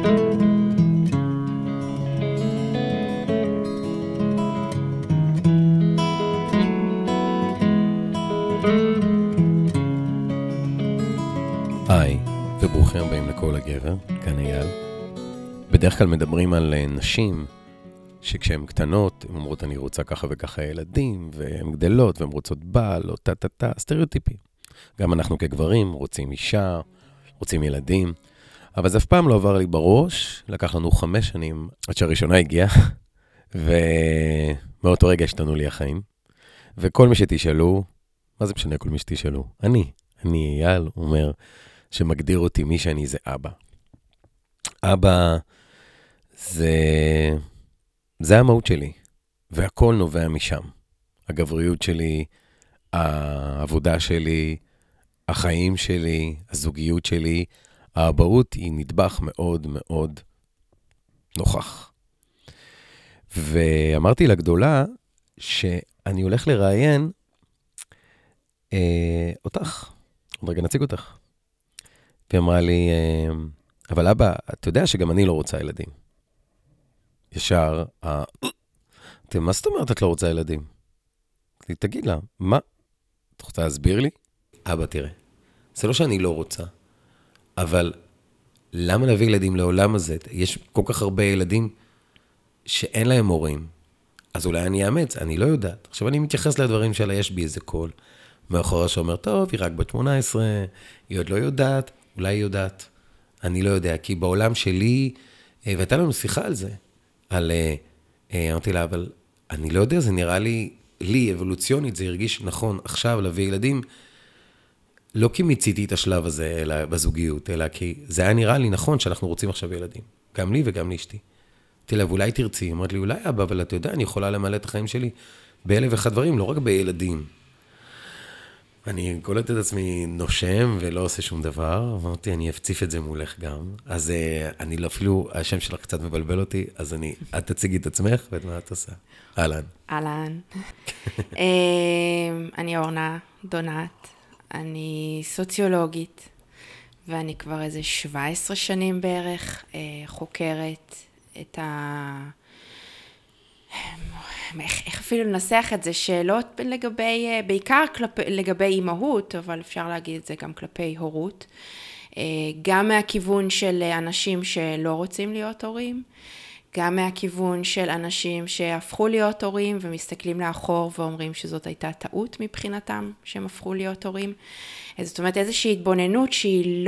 היי, וברוכים הבאים לכל הגבר, כאן אייל. בדרך כלל מדברים על נשים שכשהן קטנות, הן אומרות אני רוצה ככה וככה ילדים, והן גדלות והן רוצות בעל, או טה, סטריאוטיפים. גם אנחנו כגברים רוצים אישה, רוצים ילדים, אבל זה אף פעם לא עבר לי בראש, לקח לנו 5 שנים עד שהראשונה הגיעה, ומאותו רגע השתנו לי החיים. וכל מי שתשאלו, מה זה משנה כל מי שתשאלו? אני אייל, אומר שמגדיר אותי מי שאני זה אבא. אבא זה המהות שלי, והכל נובע משם. הגבריות שלי, העבודה שלי, החיים שלי, הזוגיות שלי, האבהות היא נדבך מאוד מאוד נוכח. ואמרתי לגדולה שאני הולך לראיין אותך, עוד רגע נציג אותך. והיא אמרה לי, אבל אבא, אתה יודע שגם אני לא רוצה ילדים. ישר, מה זאת אומרת את לא רוצה ילדים? תגיד לה, מה? את רוצה להסביר לי? אבא, תראה, זה לא שאני לא רוצה, אבל למה להביא ילדים לעולם הזה? יש כל כך הרבה ילדים שאין להם הורים, אז אולי אני אאמץ, אני לא יודעת. עכשיו אני מתייחס לדברים שלה, יש בי איזה קול, מאחורה שאומר, טוב, היא רק בת 18, היא עוד לא יודעת, אולי היא יודעת. אני לא יודע, כי בעולם שלי, והייתה לנו שיחה על זה, אמרתי לה, אבל אני לא יודע, זה נראה לי אבולוציונית, זה הרגיש נכון עכשיו להביא ילדים, לא כי מיציתי את השלב הזה אלא בזוגיות, אלא כי זה היה נראה לי נכון שאנחנו רוצים עכשיו ילדים, גם לי וגם לאשתי. אמרתי לה, ואולי תרצי, אמרת לי, אולי אבא, אבל אתה יודע, אני יכולה למלא את החיים שלי באלף ואחד דברים, לא רק בילדים. אני קולט את עצמי נושם ולא עושה שום דבר, אמרתי, אני אפציף את זה מולך גם, אז אני לא, אפילו השם שלך קצת מבלבל אותי, אז את תציגי את עצמך ואת מה את עושה. אהלן. אהלן. אני אורנה דונת, אני סוציולוגית, ואני כבר איזה 17 שנים בערך חוקרת את איך אפילו לנסח את זה, שאלות לגבי, בעיקר לגבי אימהות, אבל אפשר להגיד את זה גם כלפי הורות, גם מהכיוון של אנשים שלא רוצים להיות הורים, גם מהכיוון של אנשים שהפכו להיות הורים ומסתכלים לאחור ואומרים שזאת הייתה טעות מבחינתם שהם הפכו להיות הורים. זאת אומרת איזושהי התבוננות שהיא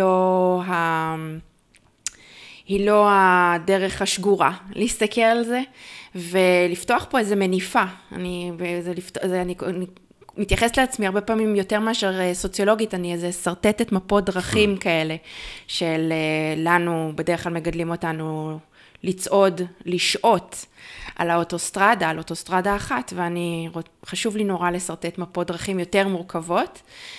לא הדרך השגורה להסתכל על זה, ולפתוח פה איזה מניפה. אני מתייחסת לעצמי הרבה פעמים יותר מאשר סוציולוגית, אני איזה סרטטת מפות דרכים כאלה, של לנו בדרך כלל מגדלים אותנו לצעוד, לשעות על האוטוסטרדה, על אוטוסטרדה אחת, חשוב לי נורא לסרטט מפות דרכים יותר מורכבות,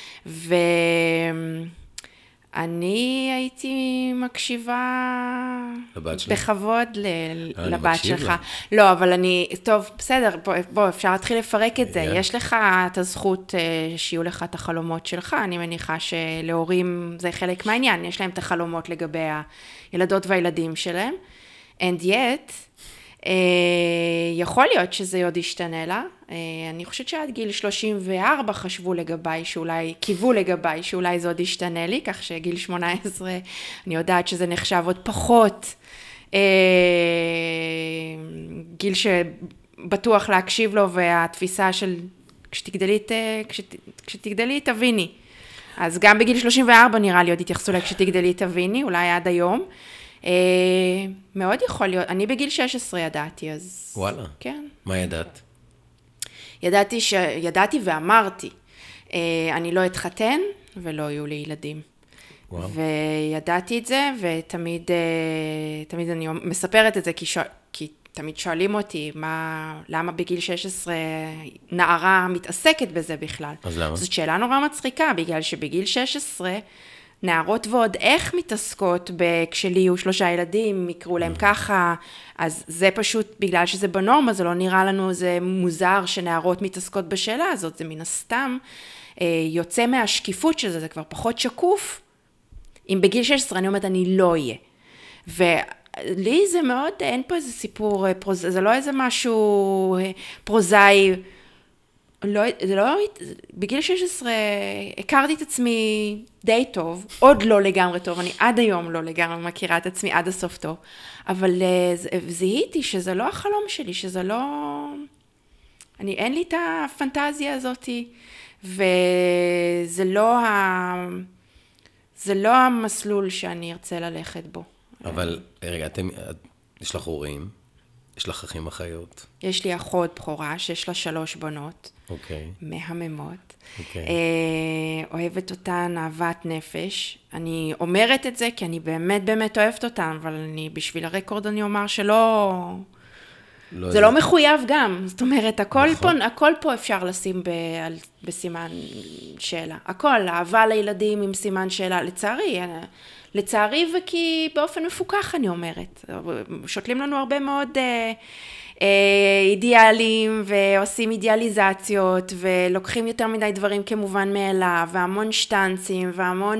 אני הייתי מקשיבה בכבוד לבת שלך. לא, אבל טוב, בסדר, בוא, אפשר להתחיל לפרק את זה. יש לך את הזכות שיהיו לך את החלומות שלך, אני מניחה שלהורים זה חלק מהעניין, יש להם את החלומות לגבי הילדות והילדים שלהם, and yet, יכול להיות שזה עוד ישתנה לה, אני חושבת שעד גיל 34 חשבו לגביי, קיוו לגביי שאולי זה עוד ישתנה לי, כך שגיל 18 אני יודעת שזה נחשב עוד פחות, גיל שבטוח להקשיב לו, והתפיסה של כשתגדלי תביני, אז גם בגיל 34 נראה לי עוד התייחסו לה כשתגדלי תביני, אולי עד היום, מאוד יכול להיות, אני בגיל 16 ידעתי, אז... וואלה. כן. מה ידעת? ידעתי ואמרתי, אני לא אתחתן ולא יהיו לי ילדים. וואו. וידעתי את זה, ותמיד אני מספרת את זה, כי תמיד שואלים אותי, למה בגיל 16 נערה מתעסקת בזה בכלל? אז למה? זאת שאלה נורא מצחיקה, בגלל שבגיל 16... נערות ועוד איך מתעסקות כשלי יהיו 3 ילדים, יקראו להם ככה, אז זה פשוט, בגלל שזה בנורמה, זה לא נראה לנו, זה מוזר שנערות מתעסקות בשאלה הזאת, זה מן הסתם יוצא מהשקיפות של זה, זה כבר פחות שקוף. אם בגיל 16 אני אומרת, אני לא אהיה. לי זה מאוד, אין פה איזה סיפור, זה לא איזה משהו פרוזאי, זה לא, בגיל 16 הכרתי את עצמי די טוב, עוד לא לגמרי טוב, אני עד היום לא לגמרי מכירה את עצמי עד הסוף טוב, אבל זיהיתי שזה לא החלום שלי, שזה לא, אין לי את הפנטזיה הזאת, וזה לא זה לא המסלול שאני ארצה ללכת בו. אבל רגע, יש לך הורים, יש לך אחים אחיות. יש לי אחות בכורה שיש לה 3 בנות. אוקיי. מהממות. אוקיי. אוהבת אותן, אהבת נפש. אני אומרת את זה כי אני באמת באמת אוהבת אותן, אבל בשביל הרקורד אני אומר שלא... זה לא מחויב גם. זאת אומרת, הכל פה אפשר לשים בסימן שאלה. הכל, אהבה לילדים עם סימן שאלה. לצערי וכי באופן מפוקח אני אומרת. שותלים לנו הרבה מאוד אידיאלים ועושים אידיאליזציות ולוקחים יותר מדי דברים כמובן מאליו והמון שטנצים והמון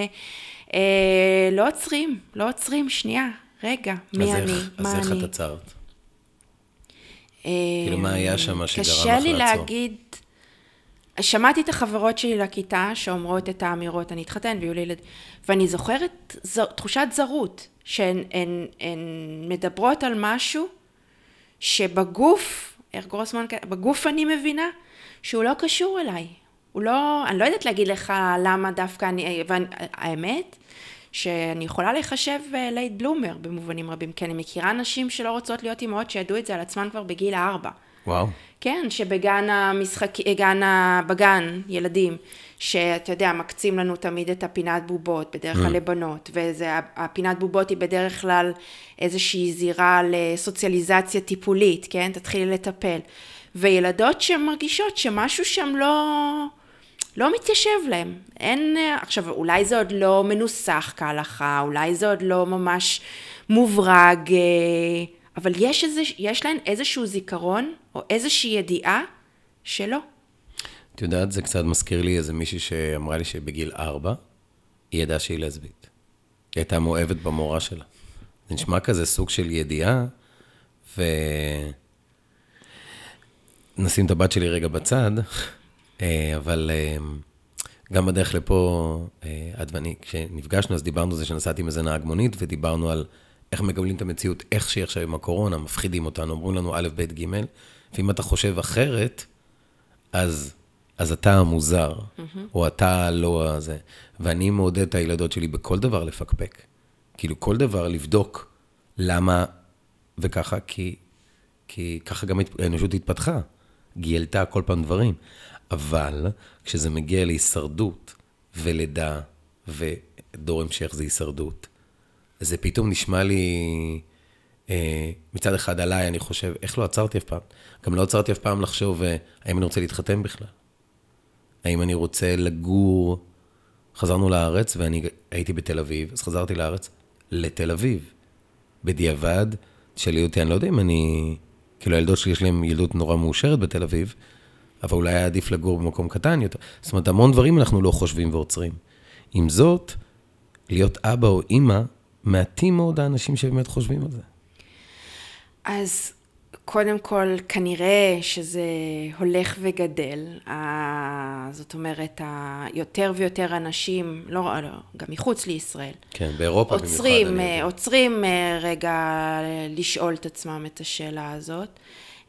לא עוצרים, שנייה, רגע, מי אני, מה אני. אז איך את עצרת? כאילו מה היה שם שגרם לך לעצור? קשה לי להגיד, שמעתי את החברות שלי לכיתה שאומרות את האמירות, אני אתחתן ויהיו לי ילד, ואני זוכרת תחושת זרות, שהן מדברות על משהו שבגוף, בגוף אני מבינה שהוא לא קשור אליי. אני לא יודעת להגיד לך למה דווקא האמת, שאני יכולה לחשב לייט בלומר במובנים רבים, כי אני מכירה נשים שלא רוצות להיות אימהות שידעו את זה על עצמן כבר בגיל 4. וואו. כן, בגן ילדים, שאתה יודע, מקצים לנו תמיד את הפינת בובות, בדרך כלל לבנות, והפינת בובות היא בדרך כלל איזושהי זירה לסוציאליזציה טיפולית, כן? תתחילי לטפל. וילדות שמרגישות שמשהו שם לא מתיישב להם. עכשיו, אולי זה עוד לא מנוסח כהלכה, אולי זה עוד לא ממש מוברג, אבל יש להן איזשהו זיכרון, או איזושהי ידיעה שלא. את יודעת, זה קצת מזכיר לי איזה מישהי שאמרה לי שבגיל 4, היא ידעה שהיא לסבית. היא הייתה מאוהבת במורה שלה. זה נשמע כזה סוג של ידיעה, נשים את הבת שלי רגע בצד, אבל גם בדרך לפה, עד ואני, כשנפגשנו, אז דיברנו על זה שנסעתי עם איזה נהג מונית, ודיברנו על איך מקבלים את המציאות, איך שהיא עכשיו עם הקורונה, מפחידים אותנו, אומרים לנו א', ב', ג', ואם אתה חושב אחרת, אז אתה המוזר, או אתה לא הזה. ואני מעודד את הילדות שלי בכל דבר לפקפק. כאילו, כל דבר לבדוק למה וככה, כי ככה גם האנושות התפתחה. גיילתה כל פעם דברים. אבל כשזה מגיע להישרדות ולידה, ודור המשך זה הישרדות, זה פתאום נשמע לי, מצד אחד עליי, אני חושב, איך לא עצרתי אף פעם? גם לא עצרתי אף פעם לחשוב, האם אני רוצה להתחתן בכלל? האם אני רוצה לגור? חזרנו לארץ, ואני הייתי בתל אביב, אז חזרתי לארץ, לתל אביב. בדיעבד, שאלי אותי, אני לא יודע אם אני, כאילו הילדות שלי יש להם ילדות נורא מאושרת בתל אביב, אבל אולי היה עדיף לגור במקום קטן יותר. זאת אומרת, המון דברים אנחנו לא חושבים ועוצרים. עם זאת, להיות אבא או אמא, מעטים מאוד האנשים שבאמת חושבים על זה. אז קודם כל, כנראה שזה הולך וגדל. זאת אומרת, יותר ויותר אנשים, לא, גם מחוץ לישראל. כן, באירופה עוצרים רגע לשאול את עצמם את השאלה הזאת.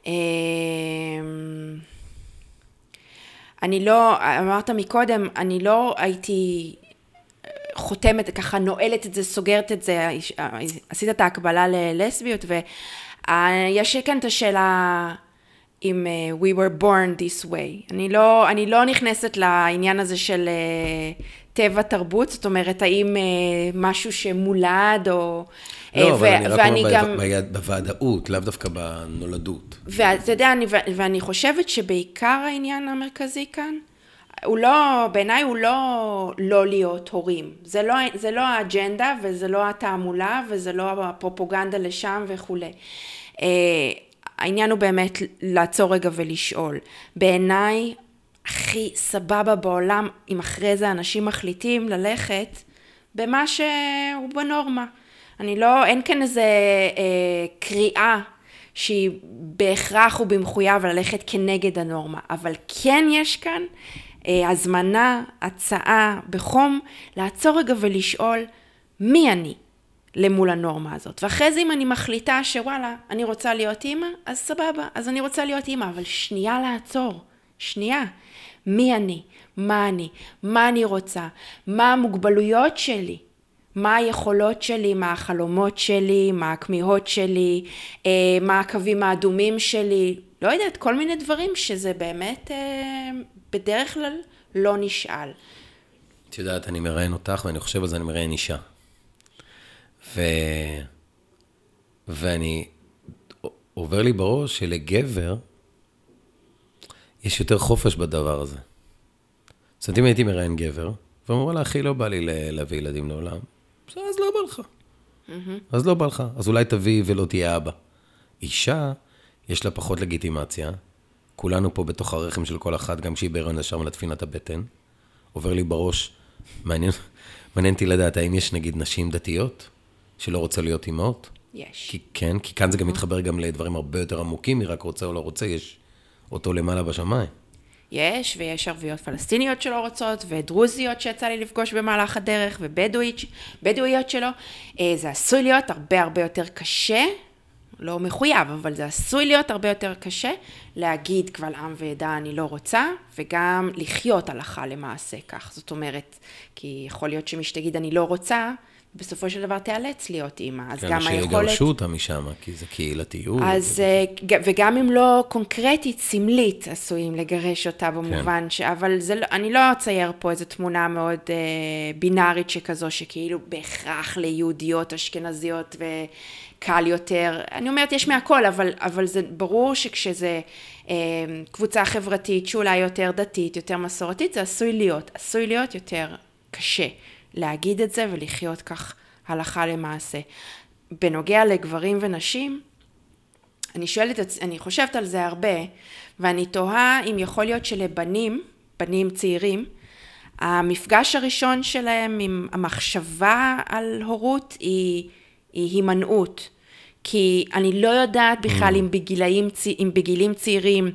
אני לא, אמרת מקודם, אני לא הייתי חותמת, ככה נועלת את זה, סוגרת את זה, עשית את ההקבלה ללסביות, ויש כאן את השאלה אם we were born this way. אני לא נכנסת לעניין הזה של טבע תרבות, זאת אומרת, האם משהו שמולד או... לא, אבל אני רק אומר בוודאות, לאו דווקא בנולדות. ואתה יודע, ואני חושבת שבעיקר העניין המרכזי כאן, בעיניי הוא לא להיות הורים. זה לא האג'נדה, וזה לא התעמולה, וזה לא הפרופוגנדה לשם וכו'. העניין הוא באמת לעצור רגע ולשאול. בעיניי, הכי סבבה בעולם, אם אחרי זה אנשים מחליטים ללכת במה שהוא בנורמה. אין כאן איזה קריאה שהיא בהכרח ובמחויב ללכת כנגד הנורמה, אבל כן יש כאן הזמנה, הצעה, בחום, לעצור רגע ולשאול מי אני למול הנורמה הזאת. ואחרי זה אם אני מחליטה שוואלה, אני רוצה להיות אימא, אז סבבה, אז אני רוצה להיות אימא, אבל שנייה לעצור, שנייה. מי אני? מה אני רוצה? מה המוגבלויות שלי? מה היכולות שלי? מה החלומות שלי? מה הכמיהות שלי? מה הקווים האדומים שלי? לא יודעת, כל מיני דברים שזה באמת בדרך כלל לא נשאל. את יודעת, אני מראיין אותך, ואני חושב על זה, אני מראיין אישה. ואני עובר לי בראש שלגבר יש יותר חופש בדבר הזה. זאת אומרת, אם הייתי מראיין גבר, ואומר לה, אחי, לא בא לי להביא ילדים לעולם, אז לא בא לך. אז לא בא לך. אז אולי תביא ולא תהיה אבא. אישה, יש לה פחות לגיטימציה. כולנו פה בתוך הרחם של כל אחת, גם כשהיא בהיריון ישר מלטפין את הבטן. עובר לי בראש, מעניין אותי לדעת, האם יש נגיד נשים דתיות שלא רוצה להיות אימהות? יש. כי כאן זה גם מתחבר גם לדברים הרבה יותר עמוקים, מי רק רוצה או לא רוצה, יש אותו למעלה בשמיים. יש, ויש ערביות פלסטיניות שלא רוצות, ודרוזיות שיצא לי לפגוש במהלך הדרך, ובדואיות שלו. זה עשוי להיות הרבה יותר קשה, לא מחויב, אבל זה עשוי להיות הרבה יותר קשה, להגיד קבל עם ועדה אני לא רוצה, וגם לחיות הלכה למעשה כך. זאת אומרת, כי יכול להיות שמי שתגיד אני לא רוצה, בסופו של דבר תיאלץ להיות אימא. אז גם היכולת... שיגרשו אותה משם, כי זה קהילתיות. אז, וגם אם לא קונקרטית, סמלית, עשויים לגרש אותה במובן אבל אני לא אצייר פה איזו תמונה מאוד בינארית שכזו, שכאילו בהכרח ליהודיות, אשכנזיות וקל יותר. אני אומרת, יש מהכל, אבל זה ברור שכשזה קבוצה חברתית, שאולי יותר דתית, יותר מסורתית, זה עשוי להיות יותר קשה. להגיד את זה ולחיות כך הלכה למעשה. בנוגע לגברים ונשים, אני חושבת על זה הרבה, ואני תוהה אם יכול להיות שלבנים, בנים צעירים, המפגש הראשון שלהם עם המחשבה על הורות היא הימנעות. כי אני לא יודעת בכלל אם בגילים צעירים,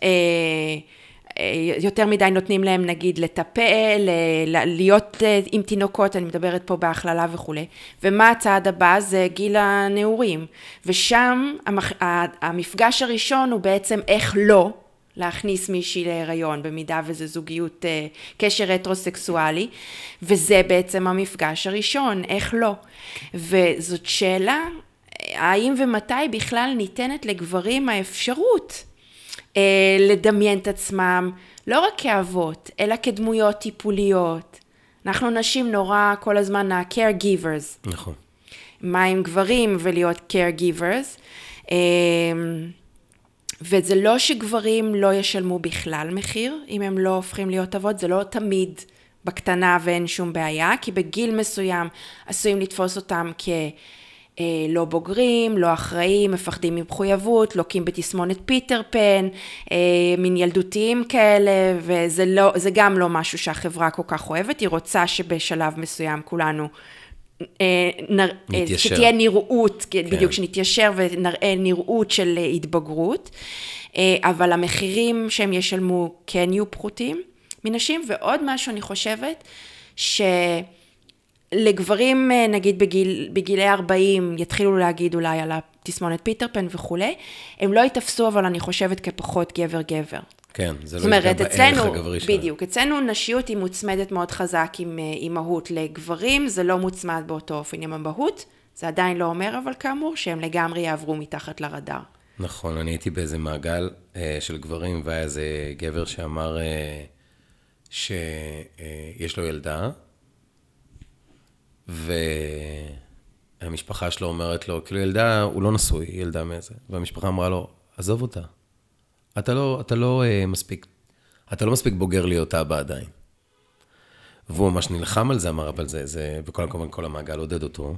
יותר מדי נותנים להם נגיד לטפל, להיות עם תינוקות, אני מדברת פה בהכללה וכו'. ומה הצעד הבא? זה גיל הנעורים. ושם המפגש הראשון הוא בעצם איך לא להכניס מישהי להיריון, במידה וזה זוגיות, קשר הטרוסקסואלי, וזה בעצם המפגש הראשון, איך לא. וזאת שאלה, האם ומתי בכלל ניתנת לגברים האפשרות לדמיין את עצמם, לא רק כאבות, אלא כדמויות טיפוליות. אנחנו נשים נורא כל הזמן ה-caregivers. נכון. מה עם גברים ולהיות caregivers. וזה לא שגברים לא ישלמו בכלל מחיר, אם הם לא הופכים להיות אבות, זה לא תמיד בקטנה ואין שום בעיה, כי בגיל מסוים עשויים לתפוס אותם לא בוגרים, לא אחראים, מפחדים ממחויבות, לוקים בתסמונת פיטר פן, מין ילדותיים כאלה, וזה גם לא משהו שהחברה כל כך אוהבת, היא רוצה שבשלב מסוים כולנו שתהיה נראות, בדיוק שנתיישר ונראה נראות של התבגרות, אבל המחירים שהם ישלמו כן יהיו פחותים מנשים, ועוד משהו אני חושבת לגברים, נגיד בגילי 40, יתחילו להגיד אולי על התסמונת פיטר פן וכו', הם לא יתפסו, אבל אני חושבת כפחות גבר. כן, זה לא יפגע בערך הגברי שלנו. בדיוק, אצלנו נשיות היא מוצמדת מאוד חזק עם אימהות לגברים, זה לא מוצמד באותו אופן עם המהות, זה עדיין לא אומר, אבל כאמור שהם לגמרי יעברו מתחת לרדאר. נכון, אני הייתי באיזה מעגל של גברים, והיה איזה גבר שאמר שיש לו ילדה, והמשפחה שלו אומרת לו, כאילו ילדה, הוא לא נשוי, ילדה מאיזה, והמשפחה אמרה לו, עזוב אותה, אתה לא מספיק בוגר להיות אבא עדיין. והוא ממש נלחם על זה, אמר, אבל זה, וכל המעגל עודד אותו.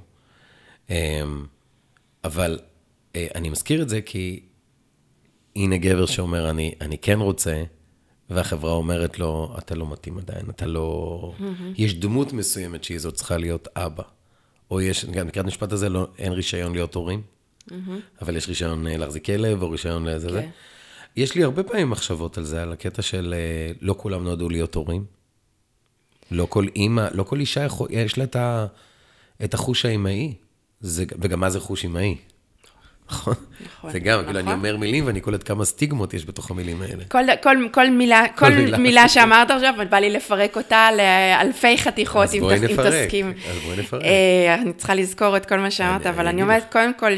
אבל אני מזכיר את זה כי הנה גבר שאומר, אני כן רוצה, והחברה אומרת לו, אתה לא מתאים עדיין, אתה לא... יש דמות מסוימת שהיא זאת צריכה להיות אבא, או יש, גם נקראת משפט הזה, אין רישיון להיות הורים, אבל יש רישיון להחזיק כלב, או רישיון לזה זה. יש לי הרבה פעמים מחשבות על זה, על הקטע של לא כולם נועדו להיות הורים. לא כל אימא, לא כל אישה יש לה את החוש האימהי, וגם מה זה חוש אימהי. נכון? זה גם, כאילו אני אומר מילים ואני קולט כמה סטיגמות יש בתוך המילים האלה. כל מילה שאמרת עכשיו, בא לי לפרק אותה לאלפי חתיכות אם תסכים. אז בואי נפרק. אני צריכה לזכור את כל מה שאמרת, אבל אני אומרת קודם כל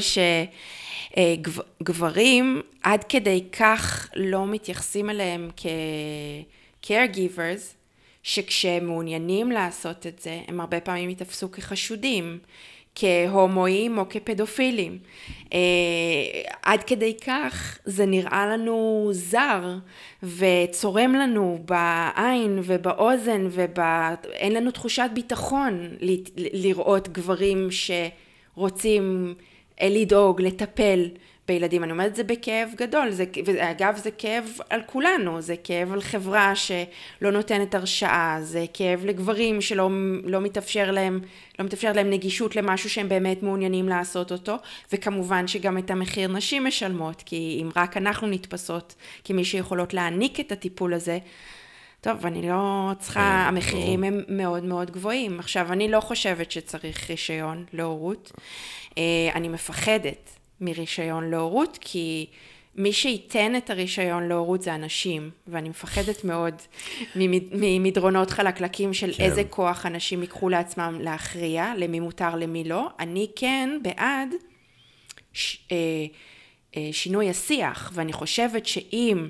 שגברים עד כדי כך לא מתייחסים אליהם כ-caregivers, שכשהם מעוניינים לעשות את זה, הם הרבה פעמים יתפסו כחשודים. כהומואים או כפדופילים. עד כדי כך זה נראה לנו זר וצורם לנו בעין ובאוזן אין לנו תחושת ביטחון לראות גברים שרוצים לדאוג, לטפל בילדים. אני אומרת את זה בכאב גדול, ואגב זה כאב על כולנו, זה כאב על חברה שלא נותנת הרשאה, זה כאב לגברים שלא מתאפשר להם נגישות למשהו שהם באמת מעוניינים לעשות אותו, וכמובן שגם את המחיר נשים משלמות, כי אם רק אנחנו נתפסות כמי שיכולות להעניק את הטיפול הזה, טוב, אני לא צריכה, המחירים הם מאוד מאוד גבוהים. עכשיו, אני לא חושבת שצריך רישיון להורות, אני מפחדת מרישיון להורות, כי מי שייתן את הרישיון להורות זה אנשים, ואני מפחדת מאוד ממדרונות חלקלקים של איזה כוח אנשים ייקחו לעצמם להכריע, למי מותר, למי לא. אני כן בעד שינוי השיח, ואני חושבת שאם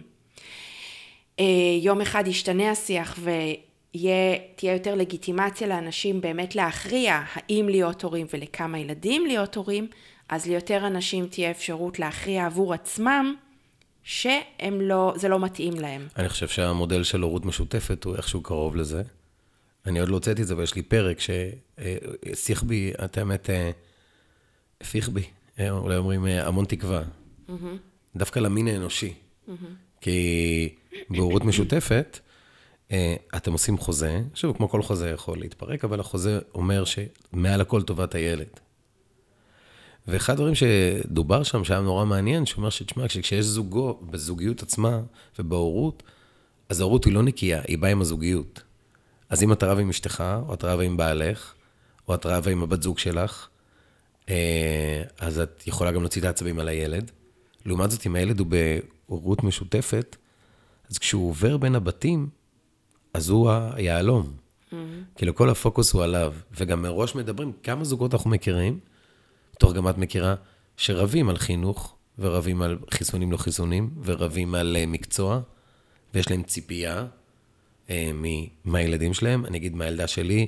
יום אחד ישתנה השיח ותהיה יותר לגיטימציה לאנשים באמת להכריע האם להיות הורים ולכמה ילדים להיות הורים, אז ליותר אנשים תהיה אפשרות להכריע עבור עצמם, שזה לא מתאים להם. אני חושב שהמודל של הורות משותפת הוא איכשהו קרוב לזה. אני עוד לא הוצאתי את זה, ויש לי פרק ששיח בי, את האמת, הפיך בי, אולי אומרים המון תקווה. דווקא למין האנושי. כי בהורות משותפת, אתם עושים חוזה, שוב, כמו כל חוזה יכול להתפרק, אבל החוזה אומר שמעל הכל טובת הילד. ואחד הדברים שדובר שם, שהיה נורא מעניין, שאומר שתשמע, כשיש בזוגיות עצמה ובהורות, אז ההורות היא לא נקייה, היא באה עם הזוגיות. אז אם את רבה עם אשתך, או את רבה עם בעלך, או את רבה עם הבת זוג שלך, אז את יכולה גם להוציא את העצבים על הילד. לעומת זאת, אם הילד הוא בהורות משותפת, אז כשהוא עובר בין הבתים, אז הוא היעלום. כאילו כל הפוקוס הוא עליו. וגם מראש מדברים, כמה זוגות אנחנו מכירים, בתור גם את מכירה, שרבים על חינוך, ורבים על חיסונים לא חיסונים, ורבים על מקצוע, ויש להם ציפייה מהילדים שלהם. אני אגיד מהילדה שלי,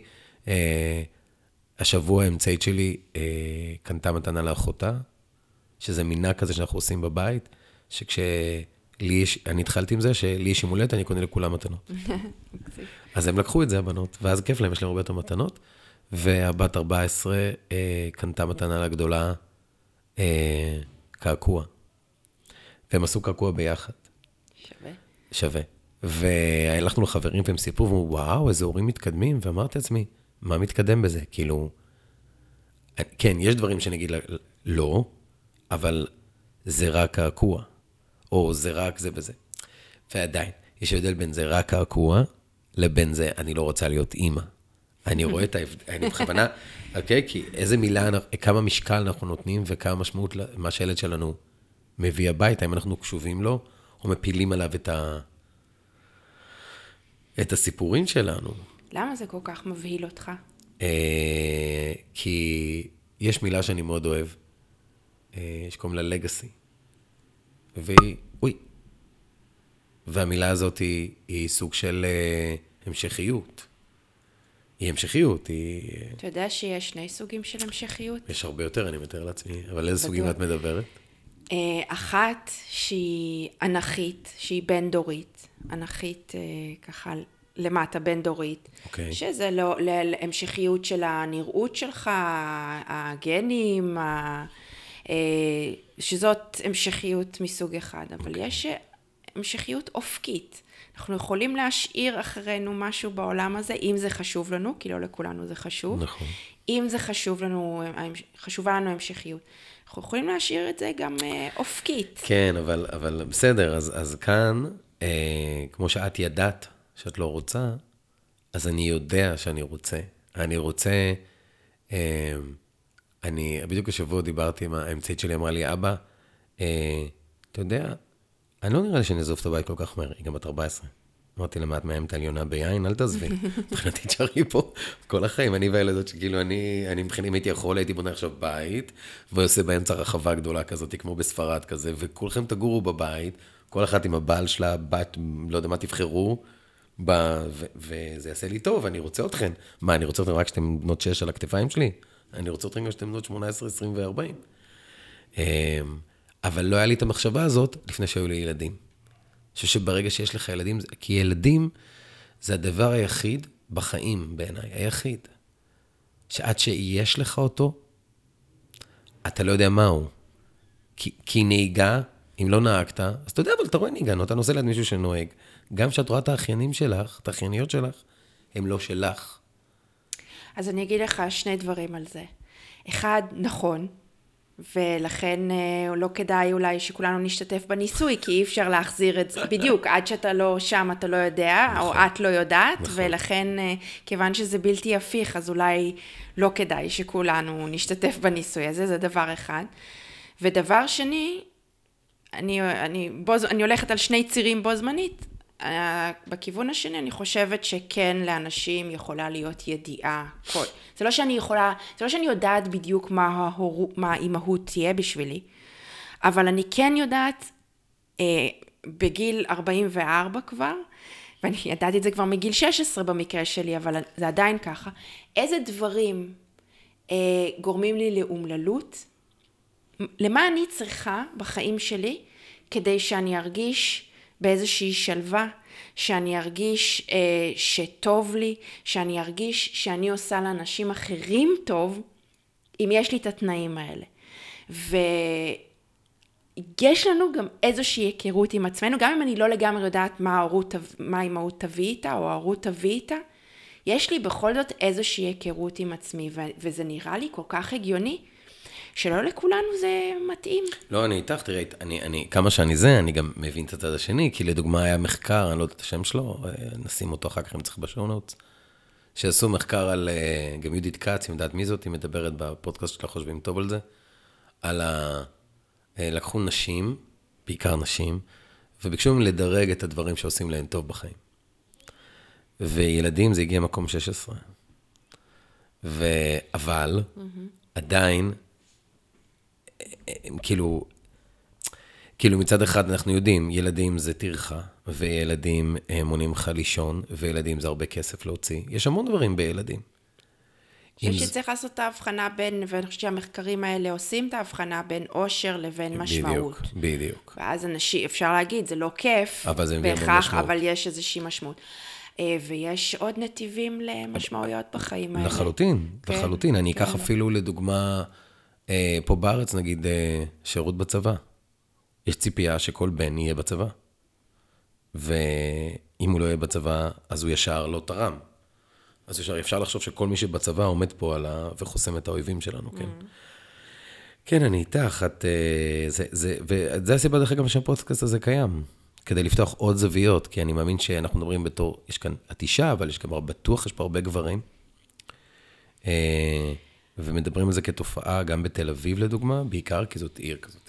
השבוע האמצעית שלי קנתה מתנה לאחותה, שזה מינה כזה שאנחנו עושים בבית, אני התחלתי עם זה, שלי יש ימולדת, אני קונה לכולם מתנות. אז הם לקחו את זה, הבנות, ואז כיף להם, יש להם הרבה יותר מתנות, והבת 14 קנתה מתנה לגדולה קעקוע. והם עשו קעקוע ביחד. שווה. והלכנו לחברים והם סיפרו, ואמרו, וואו, איזה הורים מתקדמים, ואמרתי לעצמי, מה מתקדם בזה? כאילו, כן, יש דברים שנגיד לא, אבל זה רק קעקוע, או זה רק זה וזה. ועדיין, יש הבדל בין זה רק קעקוע, לבין זה, אני לא רוצה להיות אימא. אני רואה את ההבדל, אני בכוונה, אוקיי? כי איזה מילה, כמה משקל אנחנו נותנים, וכמה משמעות מה שהילד שלנו מביא הביתה, אם אנחנו קשובים לו, או מפילים עליו את הסיפורים שלנו. למה זה כל כך מבהיל אותך? כי יש מילה שאני מאוד אוהב, שקוראים לה לגאסי. והמילה הזאת היא סוג של המשכיות. היא המשכיות, אתה יודע שיש שני סוגים של המשכיות? יש הרבה יותר, אני מתאר לעצמי. אבל איזה סוגים את מדברת? אחת שהיא אנכית, שהיא בין-דורית. אנכית ככה למטה, בין-דורית. אוקיי. שזה לא, להמשכיות של הנראות שלך, הגנים, שזאת המשכיות מסוג אחד. אבל יש המשכיות אופקית. אנחנו יכולים להשאיר אחרינו משהו בעולם הזה, אם זה חשוב לנו, כי לא לכולנו זה חשוב. נכון. אם זה חשובה לנו המשכיות. אנחנו יכולים להשאיר את זה גם אופקית. כן, אבל בסדר, אז כאן, כמו שאת ידעת שאת לא רוצה, אז אני יודע שאני רוצה. אני רוצה, בדיוק השבוע דיברתי עם האמצעית שלי, אמרה לי, אבא, אתה יודע, אני לא נראה לי שאני אעזוב את הבית כל כך מהר, היא גם בת 14. אמרתי לה, מה את מאיימת על יונה ביין? אל תעזבי. מבחינתי תשארי פה כל החיים. אני והילדות שכאילו, אני מבחינים הייתי יכול, הייתי בונה עכשיו בית, ועושה באמצע רחבה גדולה כזאת, כמו בספרד כזה, וכולכם תגורו בבית, כל אחת עם הבעל שלה, בת, לא יודע מה תבחרו, וזה יעשה לי טוב, אני רוצה אתכן. מה, אני רוצה אתכן רק שאתם בנות 6 על הכתפיים שלי? אני רוצה אתכן גם שאתם בנות 18, 20 ו-40. אבל לא היה לי את המחשבה הזאת לפני שהיו לי ילדים. אני חושב שברגע שיש לך ילדים, כי ילדים זה הדבר היחיד בחיים בעיניי, היחיד. שעד שיש לך אותו, אתה לא יודע מהו. כי נהיגה, אם לא נהגת, אז אתה יודע, אבל אתה רואה נהיגה, אתה נוסע ליד מישהו שנוהג. גם כשאת רואה את האחיינים שלך, את האחייניות שלך, הם לא שלך. אז אני אגיד לך שני דברים על זה. אחד, נכון, ולכן לא כדאי אולי שכולנו נשתתף בניסוי, כי אי אפשר להחזיר את זה. בדיוק, עד שאתה לא שם אתה לא יודע, נכון. או את לא יודעת, נכון. ולכן כיוון שזה בלתי הפיך, אז אולי לא כדאי שכולנו נשתתף בניסוי הזה, זה דבר אחד. ודבר שני, אני הולכת על שני צירים בו זמנית. בכיוון השני אני חושבת שכן לאנשים יכולה להיות ידיעה. זה לא שאני יודעת בדיוק מה האימהות תהיה בשבילי, אבל אני כן יודעת בגיל 44 כבר, ואני ידעתי את זה כבר מגיל 16 במקרה שלי, אבל זה עדיין ככה, איזה דברים גורמים לי לאומללות, למה אני צריכה בחיים שלי כדי שאני ארגיש באיזושהי שלווה, שאני ארגיש שטוב לי, שאני ארגיש שאני עושה לאנשים אחרים טוב, אם יש לי את התנאים האלה. ויש לנו גם איזושהי היכרות עם עצמנו, גם אם אני לא לגמרי יודעת מה האימהות תביא איתה, או ההורות תביא איתה, יש לי בכל זאת איזושהי היכרות עם עצמי, וזה נראה לי כל כך הגיוני, שלא לכולנו זה מתאים. לא, אני איתך, תראי, כמה שאני זה, אני גם מבין את הצד השני, כי לדוגמה היה מחקר, אני לא יודעת את השם שלו, נשים אותו אחר כך אם צריך בשעונות, שעשו מחקר על, גם יהודית קץ, אם יודעת מי זאת, היא מדברת בפודקאסט שלה, חושבים טוב על זה, לקחו נשים, בעיקר נשים, וביקשו להם לדרג את הדברים שעושים להם טוב בחיים. וילדים זה הגיע מקום 16. אבל, עדיין, כאילו מצד אחד אנחנו יודעים, ילדים זה תרחה, וילדים מונים לך לישון, וילדים זה הרבה כסף להוציא. יש המון דברים בילדים. אני חושבת שצריך לעשות את ההבחנה בין, ואני חושבת שהמחקרים האלה עושים את ההבחנה בין עושר לבין משמעות. בדיוק. ואז אנשים, אפשר להגיד, זה לא כיף בהכרח, אבל יש איזושהי משמעות. ויש עוד נתיבים למשמעויות בחיים האלה. לחלוטין. אני אקח אפילו לדוגמה, פה בארץ נגיד שירות בצבא. יש ציפייה שכל בן יהיה בצבא. ואם הוא לא יהיה בצבא, אז הוא ישר לא תרם. אז ישר אפשר לחשוב שכל מי שבצבא עומד פה וחוסם את האויבים שלנו, כן. כן, אני איתך, וזה הסיבה דרך אגב שהפודקאסט הזה קיים, כדי לפתוח עוד זוויות, כי אני מאמין שאנחנו מדברים בתור, יש כאן את אישה, אבל יש גם בטוח, יש פה הרבה גברים, ומדברים על זה כתופעה, גם בתל אביב לדוגמה, בעיקר כי זאת עיר כזאת,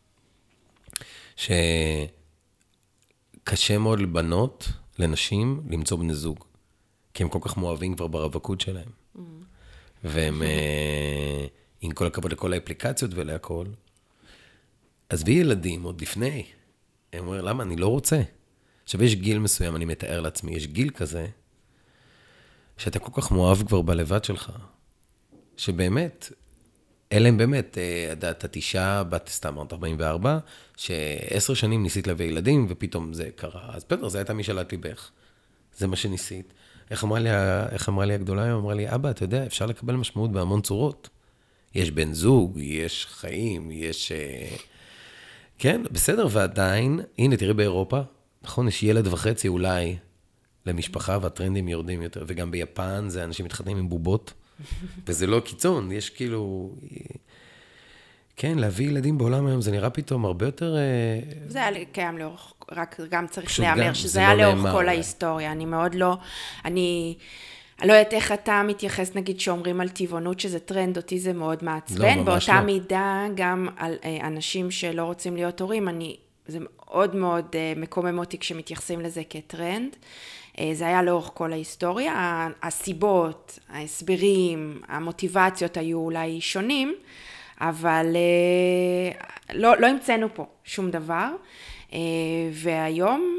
שקשה מאוד לבנות, לנשים, למצוא בני זוג, כי הם כל כך מואבים כבר ברווקות שלהם. והם, עם כל הכבוד לכל האפליקציות ולהכל, אז בי ילדים עוד לפני, הם אומרים, למה? אני לא רוצה. עכשיו, יש גיל מסוים, אני מתאר לעצמי, יש גיל כזה, שאתה כל כך מואב כבר בלבד שלך, שבאמת, אלה הם באמת, את אישה, בת סתם 44, ש10 שנים ניסית להביא ילדים, ופתאום זה קרה. אז פדר, זה הייתה משאלת ליבך. זה מה שניסית. איך אמרה לי הגדולה היום? אמרה לי, אבא, אתה יודע, אפשר לקבל משמעות בהמון צורות. יש בן זוג, יש חיים, יש... כן, בסדר, ועדיין, הנה, תראי באירופה, נכון, יש ילד וחצי אולי למשפחה, והטרנדים יורדים יותר, וגם ביפן זה אנשים מתחתנים עם בובות, וזה לא קיצון, יש כאילו... כן, להביא ילדים בעולם היום, זה נראה פתאום הרבה יותר... זה היה קיים לאורך, רק גם צריך גם, להיאמר, זה שזה לא היה לאורך נאמר, כל ההיסטוריה. אני מאוד לא, אני לא יודעת איך אתה מתייחס, נגיד, שאומרים על טבעונות, שזה טרנד, אותי זה מאוד מעצבן. לא, ממש באותה לא. מידה, גם על אנשים שלא רוצים להיות הורים, זה מאוד מאוד מקומם אותי כשמתייחסים לזה כטרנד. זה היה לאורך כל ההיסטוריה. הסיבות, ההסברים, המוטיבציות היו אולי שונים, אבל לא המצאנו פה שום דבר, והיום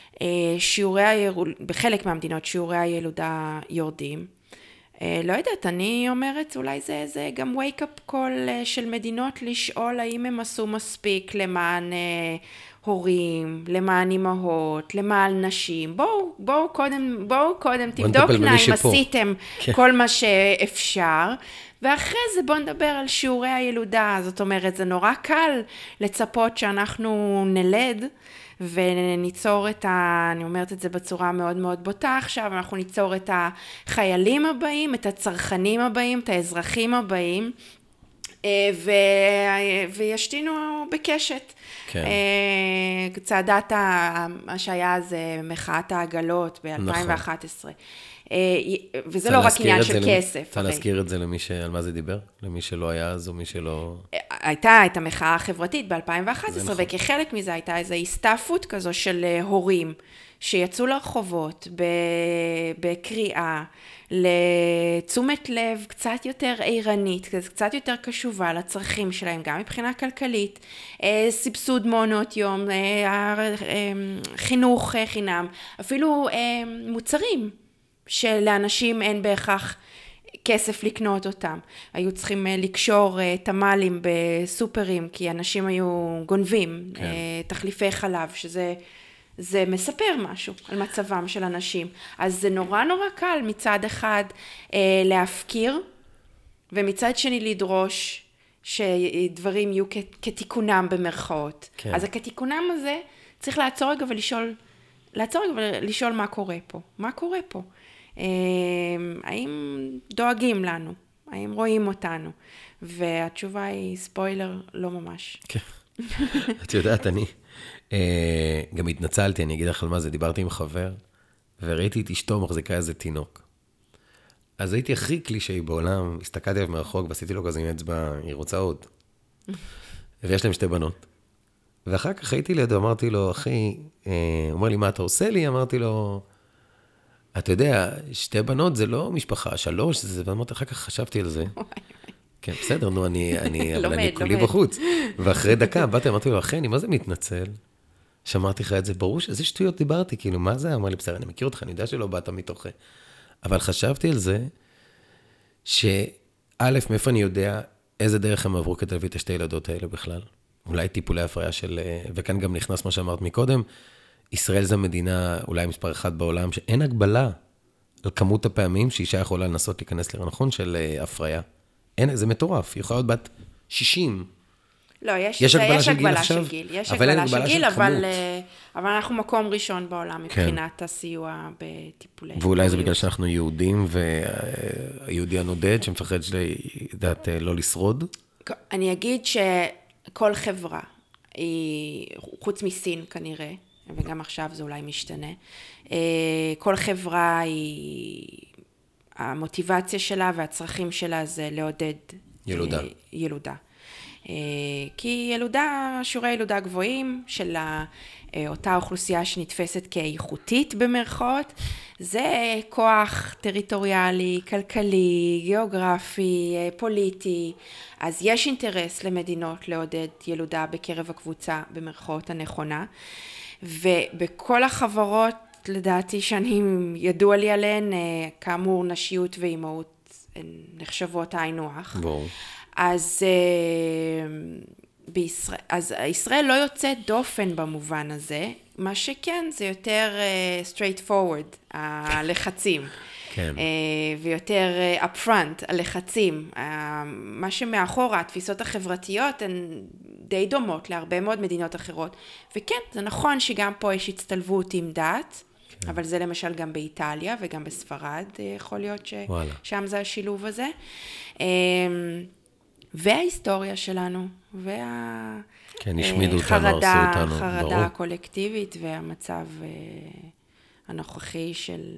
בחלק מהמדינות שיעורי הילודה יורדים. לא יודעת, אני אומרת, אולי זה גם wake up call של מדינות לשאול האם הם עשו מספיק למען הורים, למען אמהות, למען נשים. בואו קודם תבדוק נא אם עשיתם כל מה שאפשר, ואחרי זה בואו נדבר על שיעורי הילודה. זאת אומרת, זה נורא קל לצפות שאנחנו נלד, וניצור אני אומרת את זה בצורה מאוד מאוד בוטה עכשיו, אנחנו ניצור את החיילים הבאים, את הצרכנים הבאים, את האזרחים הבאים, וישתינו בקשת. כן. צעדת מה שהיה אז מחאת העגלות ב-2011. וזה לא רק עניין של כסף. צריך להזכיר את זה על מה זה דיבר? למי שלא היה אז או מי שלא... הייתה את המחאה החברתית ב-2011, וכחלק מזה הייתה איזו הסתעפות כזו של הורים, שיצאו לרחובות בקריאה, לתשומת לב קצת יותר עירנית, קצת יותר קשובה לצרכים שלהם, גם מבחינה כלכלית, סבסוד מעונות יום, חינוך חינם, אפילו מוצרים שלאנשים אין בהכרח כסף לקנות אותם. היו צריכים לקשור תמלים בסופרים, כי אנשים היו גונבים, כן. תחליפי חלב, זה מספר משהו על מצבם של אנשים. אז זה נורא נורא קל מצד אחד להפקיר, ומצד שני לדרוש שדברים יהיו כתיקונם במרכאות. כן. אז הכתיקונם הזה צריך לעצור רגע ולשאול מה קורה פה. מה קורה פה? האם דואגים לנו? האם רואים אותנו? והתשובה היא ספוילר, לא ממש. כן. את יודעת, אני גם התנצלתי, אני אגיד לך על מה זה, דיברתי עם חבר, וראיתי את אשתו מחזיקה איזה תינוק. אז הייתי הכי קלישאי בעולם, הסתכלתי עליו מרחוק, ועשיתי לו כזה עם אצבע, היא רוצה עוד. ויש להם 2 בנות. ואחר כך הייתי לידו, אמרתי לו, אחי, הוא אומר לי, מה אתה עושה לי? אמרתי לו, אתה יודע, 2 בנות זה לא משפחה, 3, ואמרתי, אחר כך חשבתי על זה. כן, בסדר, נו, אני כולי בחוץ. ואחרי דקה, באתי, אמרתי לו, אחי, אני מה זה מתנצל? שמרתי לך את זה, ברור שאיזה שטויות דיברתי, כאילו, מה זה? אמר לי, בסדר, אני מכיר אותך, אני יודע שלא באת מתוכה. אבל חשבתי על זה, שא', מאיפה אני יודע איזה דרך הם עברו כדי להביא את 2 ילדות האלה בכלל? אולי טיפולי הפריה של, וכאן גם נכנס מה שאמרת מקודם, ישראל זו מדינה אולי מספר 1 בעולם, שאין הגבלה על כמות הפעמים שאישה יכולה לנסות להיכנס לרנכון של הפריה. אין, זה מטורף, היא יכולה להיות בת 60. לא, יש הגבלה של גיל, יש הגבלה של גיל, אבל אנחנו מקום ראשון בעולם מבחינת הסיוע בטיפולי. ואולי זה בגלל שאנחנו יהודים, והיהודי הנודד שמפחד לדעת לא לשרוד? אני אגיד שכל חברה, חוץ מסין כנראה, וגם עכשיו זה אולי משתנה, כל חברה המוטיבציה שלה והצרכים שלה זה לעודד ילודה. כי שיעורי ילודה גבוהים של אותה אוכלוסייה שנתפסת כאיכותית במרכאות, זה כוח טריטוריאלי, כלכלי, גיאוגרפי, פוליטי, אז יש אינטרס למדינות לעודד ילודה בקרב הקבוצה במרכאות הנכונה, ובכל החברות לדעתי שאני ידוע לי עליהן, כאמור נשיות ואימהות נחשבות היינו-הך. ברור. אז ישראל לא יוצאת דופן במובן הזה, מה שכן זה יותר straight forward, הלחצים. כן. ויותר upfront, הלחצים. מה שמאחורה, התפיסות החברתיות הן די דומות להרבה מאוד מדינות אחרות. וכן, זה נכון שגם פה יש הצטלבות עם דת, כן. אבל זה למשל גם באיטליה וגם בספרד, יכול להיות ששם זה השילוב הזה. וההיסטוריה שלנו, כן, השמידו אותנו, הרסו אותנו, חרדה הקולקטיבית והמצב הנוכחי של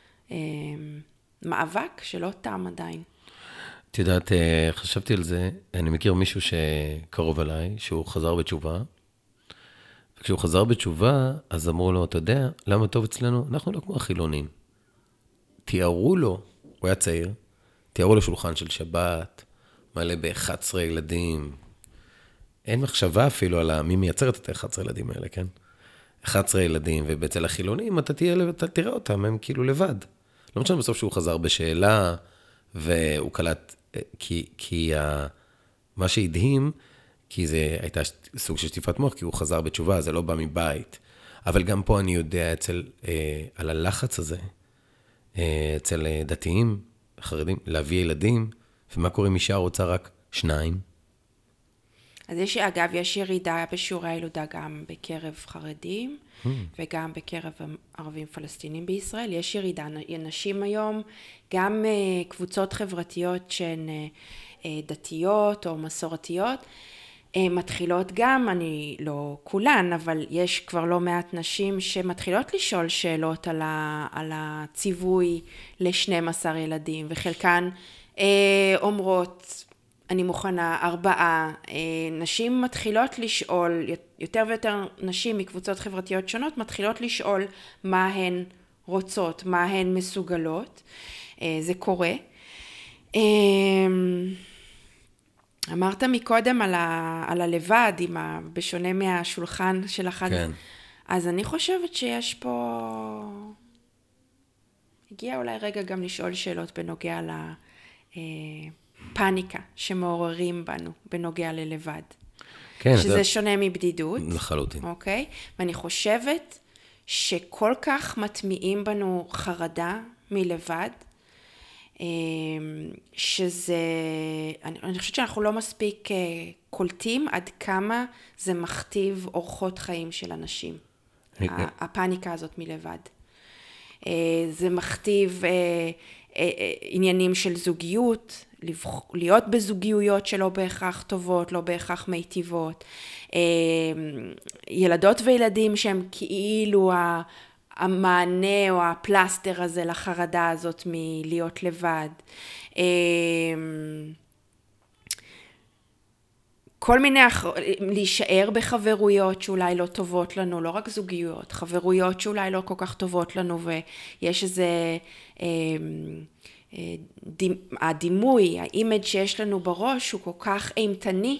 מאבק שלא תם עדיין. את יודעת, חשבתי על זה, אני מכיר מישהו שקרוב אליי, שהוא חזר בתשובה, וכשהוא חזר בתשובה, אז אמרו לו, אתה יודע, למה טוב אצלנו? אנחנו לא כמו החילונים. תיארו לו, הוא היה צעיר, תיארו לו שולחן של שבת, מלא ב-11 ילדים, אין מחשבה אפילו על מי מייצרת את ה-11 ילדים האלה, כן? 11 ילדים, ובצל החילונים אתה תראה אותם, הם כאילו לבד. לא משנה בסוף שהוא חזר בשאלה, והוא קלט, כי מה שהדהים, כי זה הייתה סוג של שטיפת מוח, כי הוא חזר בתשובה, זה לא בא מבית. אבל גם פה אני יודע על הלחץ הזה, אצל דתיים, חרדים, להביא ילדים, ומה קורה אם אישה רוצה רק 2? אז אגב, יש ירידה בשיעורי הילודה גם בקרב חרדים, וגם בקרב ערבים פלסטינים בישראל. יש ירידה, נשים היום, גם קבוצות חברתיות שהן דתיות או מסורתיות, מתחילות גם, אני לא כולן, אבל יש כבר לא מעט נשים שמתחילות לשאול שאלות על הציווי ל-12 ילדים, וחלקן אומרות, אני מוכנה 4, נשים מתחילות לשאול, יותר ויותר נשים מקבוצות חברתיות שונות, מתחילות לשאול מה הן רוצות, מה הן מסוגלות, זה קורה. אמרת מקודם על הלבד, בשונה מהשולחן של אחד. כן. אז אני חושבת שיש פה, הגיע אולי רגע גם לשאול שאלות בנוגע פאניקה שמעוררים בנו בנוגע ללבד. כן, שזה שונה מבדידות. לחלוטין. אוקיי? ואני חושבת שכל כך מטמיעים בנו חרדה מלבד, שזה, אני חושבת שאנחנו לא מספיק קולטים עד כמה זה מכתיב אורחות חיים של אנשים. הפאניקה הזאת מלבד. זה מכתיב עניינים של זוגיות, להיות בזוגיות שלא בהכרח טובות, לא בהכרח מיטיבות, ילדות וילדים שהם כאילו המענה או הפלסטר הזה לחרדה הזאת מלהיות לבד. כל מיני, להישאר בחברויות שאולי לא טובות לנו, לא רק זוגיות, חברויות שאולי לא כל כך טובות לנו, ויש איזה, הדימוי, האימג' שיש לנו בראש הוא כל כך אימתני,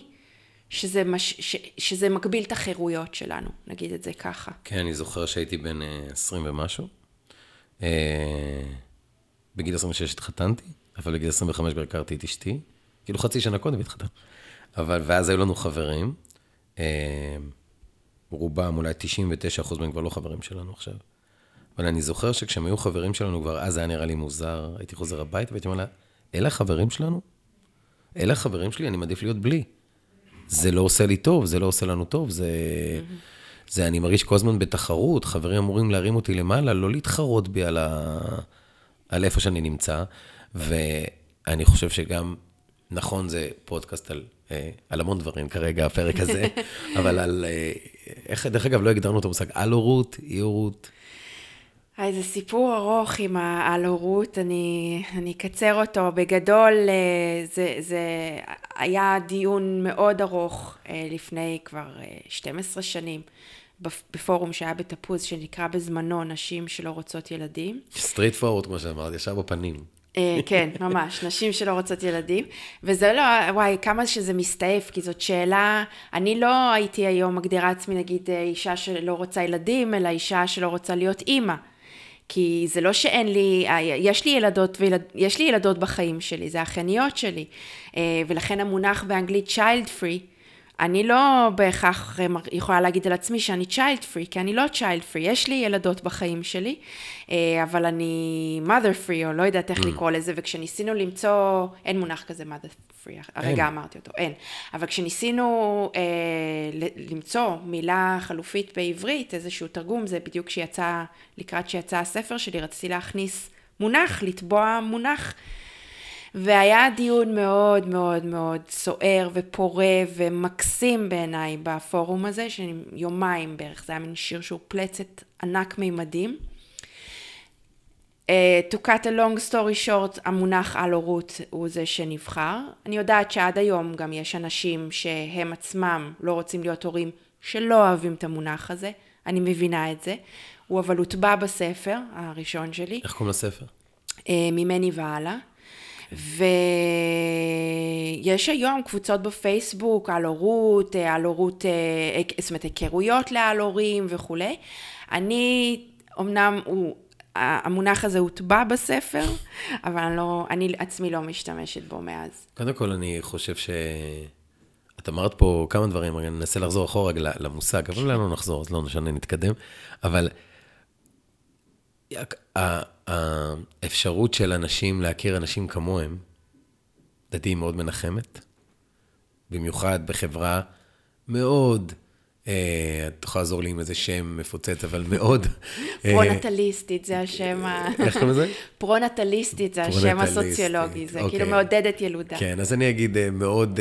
שזה מגביל את החירויות שלנו, נגיד את זה ככה. כן, אני זוכר שהייתי בן 20 ומשהו. בגיל 26 התחתנתי, אבל בגיל 25 הכרתי את אשתי. כאילו חצי שנה קודם התחתן. ואז היו לנו חברים. רובם, אולי 99% מהם כבר לא חברים שלנו עכשיו. אבל אני זוכר שכשהם היו חברים שלנו כבר, אז היה נראה לי מוזר. הייתי חוזר הביתה והייתי אומר לה, אלה החברים שלנו? אלה החברים שלי, אני מעדיף להיות בלי. זה לא עושה לי טוב, זה לא עושה לנו טוב, זה אני מרגיש כל הזמן בתחרות, חברים אמורים להרים אותי למעלה, לא להתחרות בי על איפה שאני נמצא, ואני חושב שגם, נכון, זה פודקאסט על המון דברים כרגע, הפרק הזה, אבל על, דרך אגב, לא הגדרנו את המושג, על-הורות, אי-הורות. זה סיפור ארוך עם על-הורות, אני אקצר אותו. בגדול, זה היה דיון מאוד ארוך לפני כבר 12 שנים, בפורום שהיה בתפוז, שנקרא בזמנו נשים שלא רוצות ילדים. סטריט פורוורד, כמו שאמרת, ישר בפנים. כן, ממש, נשים שלא רוצות ילדים, וזה לא, וואי, כמה שזה מסתעף, כי זאת שאלה, אני לא הייתי היום מגדירה עצמי, נגיד, אישה שלא רוצה ילדים, אלא אישה שלא רוצה להיות אימא. כי זה לא שאין לי, יש לי ילדות בחיים שלי, זה האחייניות שלי, ולכן המונח באנגלית child free, אני לא בהכרח יכולה להגיד על עצמי שאני child free, כי אני לא child free, יש לי ילדות בחיים שלי, אבל אני mother free, או לא יודעת איך לקרוא לזה, וכשניסינו למצוא, אין מונח כזה mother free, הרגע אמרתי אותו, אין. אבל כשניסינו למצוא מילה חלופית בעברית, איזשהו תרגום, זה בדיוק לקראת שיצא הספר שלי, רציתי להכניס מונח, לתבוע מונח, והיה דיון מאוד מאוד מאוד סוער ופורה ומקסים בעיניי בפורום הזה, שיומיים בערך, זה היה מין שיר שהוא פלצת ענק מימדים. To cut a long story short, המונח על הורות הוא זה שנבחר. אני יודעת שעד היום גם יש אנשים שהם עצמם לא רוצים להיות הורים, שלא אוהבים את המונח הזה, אני מבינה את זה. הוא אבל הוטבע בספר הראשון שלי. איך קוראים לספר? ממני והלאה. ויש היום קבוצות בפייסבוק על הורות, זאת אומרת, היכרויות לעל הורים וכו'. אמנם המונח הזה הוטבע בספר, אבל אני עצמי לא משתמשת בו מאז. קודם כל, אני חושב את אמרת פה כמה דברים, אני אנסה לחזור אחורה למושג, אבל אולי לא נחזור, אז לא נשנה, נתקדם. אבל האפשרות של אנשים להכיר אנשים כמוהם, לדעתי היא מאוד מנחמת, במיוחד בחברה מאוד, את יכולה לעזור לי עם איזה שם מפוצץ, אבל מאוד... פרו-נטליסטית, זה השם איך קוראים לזה? פרו-נטליסטית, זה השם הסוציולוגי, זה כאילו מעודדת ילודה. כן, אז אני אגיד מאוד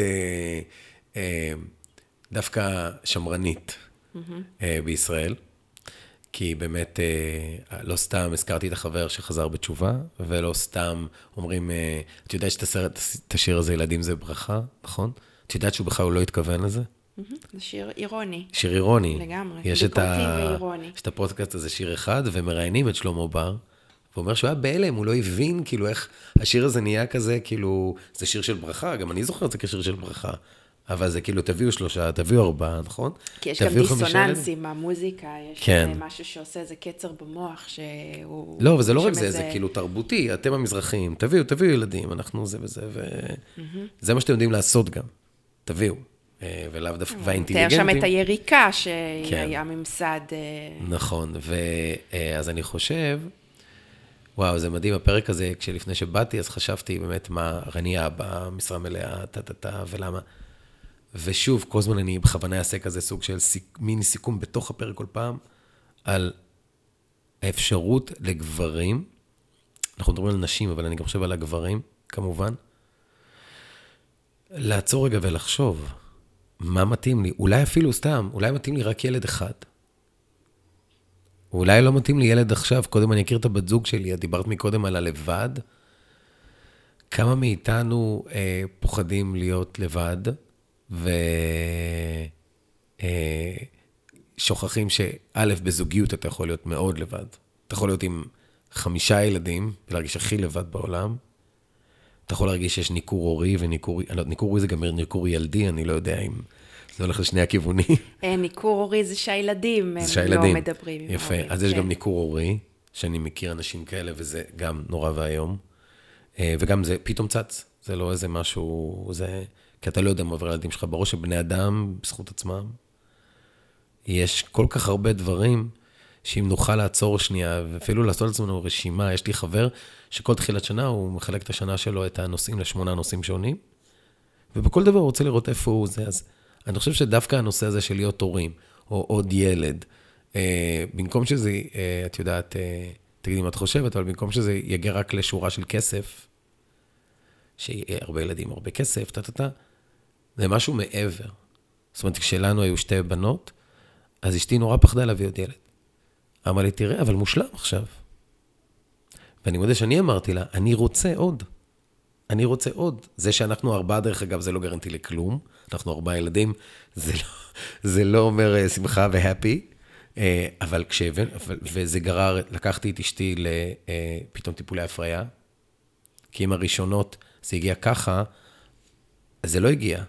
דווקא שמרנית בישראל, כי באמת לא סתם הזכרתי את החבר שחזר בתשובה, ולא סתם אומרים, את יודעת את השיר הזה, ילדים זה ברכה, נכון? את יודעת שהוא בכלל לא התכוון לזה? זה שיר אירוני. שיר אירוני. לגמרי, יש ביקורתי ואירוני. יש את הפודקאסט הזה, שיר אחד, ומראיינים את שלמה בר, ואומר שהוא היה בהלם, הוא לא הבין כאילו איך השיר הזה נהיה כזה, כאילו, זה שיר של ברכה, גם אני זוכר את זה כשיר של ברכה, אבל זה כאילו, תביאו 3, תביאו 4, נכון? כי יש גם דיסוננסים במוזיקה, יש משהו שעושה איזה קצר במוח, שהוא... לא, וזה לא רק זה, זה כאילו תרבותי, אתם המזרחים, תביאו ילדים, אנחנו זה וזה, וזה מה שאתם יודעים לעשות גם, תביאו. ולאו דווקא, והאינטליגנטים. תאר שם את היריקה שהיה ממסד. נכון, אז אני חושב, וואו, זה מדהים, הפרק הזה, כשלפני שבאתי, אז חשבתי באמת מה רניה במשרה מלאה, ולמה. ושוב, כל זמן אני בכוונה אעשה כזה סוג של מיני סיכום בתוך הפרק כל פעם, על האפשרות לגברים, אנחנו מדברים על נשים, אבל אני גם חושב על הגברים, כמובן, לעצור רגע ולחשוב, מה מתאים לי? אולי אפילו סתם, אולי מתאים לי רק ילד אחד. אולי לא מתאים לי ילד עכשיו, קודם אני אכיר את הבת זוג שלי, את דיברת מקודם על הלבד. כמה מאיתנו פוחדים להיות לבד, ושוכחים שא' בזוגיות אתה יכול להיות מאוד לבד. אתה יכול להיות עם 5 ילדים, ולהרגיש הכי לבד בעולם. אתה יכול להרגיש שיש ניכור הורי וניכור... ניכור הורי זה גם ניכור ילדי, אני לא יודע אם זה הולך לשני הכיוונים. ניכור הורי זה שהילדים לא מדברים. יפה, אז יש גם ניכור הורי, שאני מכיר אנשים כאלה, וזה גם נורא והיום. וגם זה פתאום צץ, זה לא איזה משהו, זה... כי אתה לא יודע מה עובר לילדים שלך בראש, שבני אדם, בזכות עצמם, יש כל כך הרבה דברים, שאם נוכל לעצור שנייה, ואפילו לעשות לעצמנו רשימה, יש לי חבר שכל תחילת שנה הוא מחלק את השנה שלו, את הנושאים ל8 נושאים שונים, ובכל דבר הוא רוצה לראות איפה הוא זה. אז אני חושב שדווקא הנושא הזה של להיות הורים, או עוד ילד, במקום שזה, את יודעת, תגידי מה את חושבת, אבל במקום שזה יגיע רק לשורה של כסף, שיהיה הרבה ילדים, הרבה כסף, זה משהו מעבר. זאת אומרת, כשלנו היו 2 בנות, אז אשתי נורא פחדה להביא עוד ילד. אמרה לי, תראה, אבל מושלם עכשיו. ואני מודה שאני אמרתי לה, אני רוצה עוד. אני רוצה עוד. זה שאנחנו 4, דרך אגב, זה לא גרנטי לכלום. אנחנו 4 ילדים, זה לא אומר שמחה והפי. אבל וזה גרר, לקחתי את אשתי לפתאום טיפולי הפריה, כי עם הראשונות זה הגיע ככה, אז זה לא הגיע.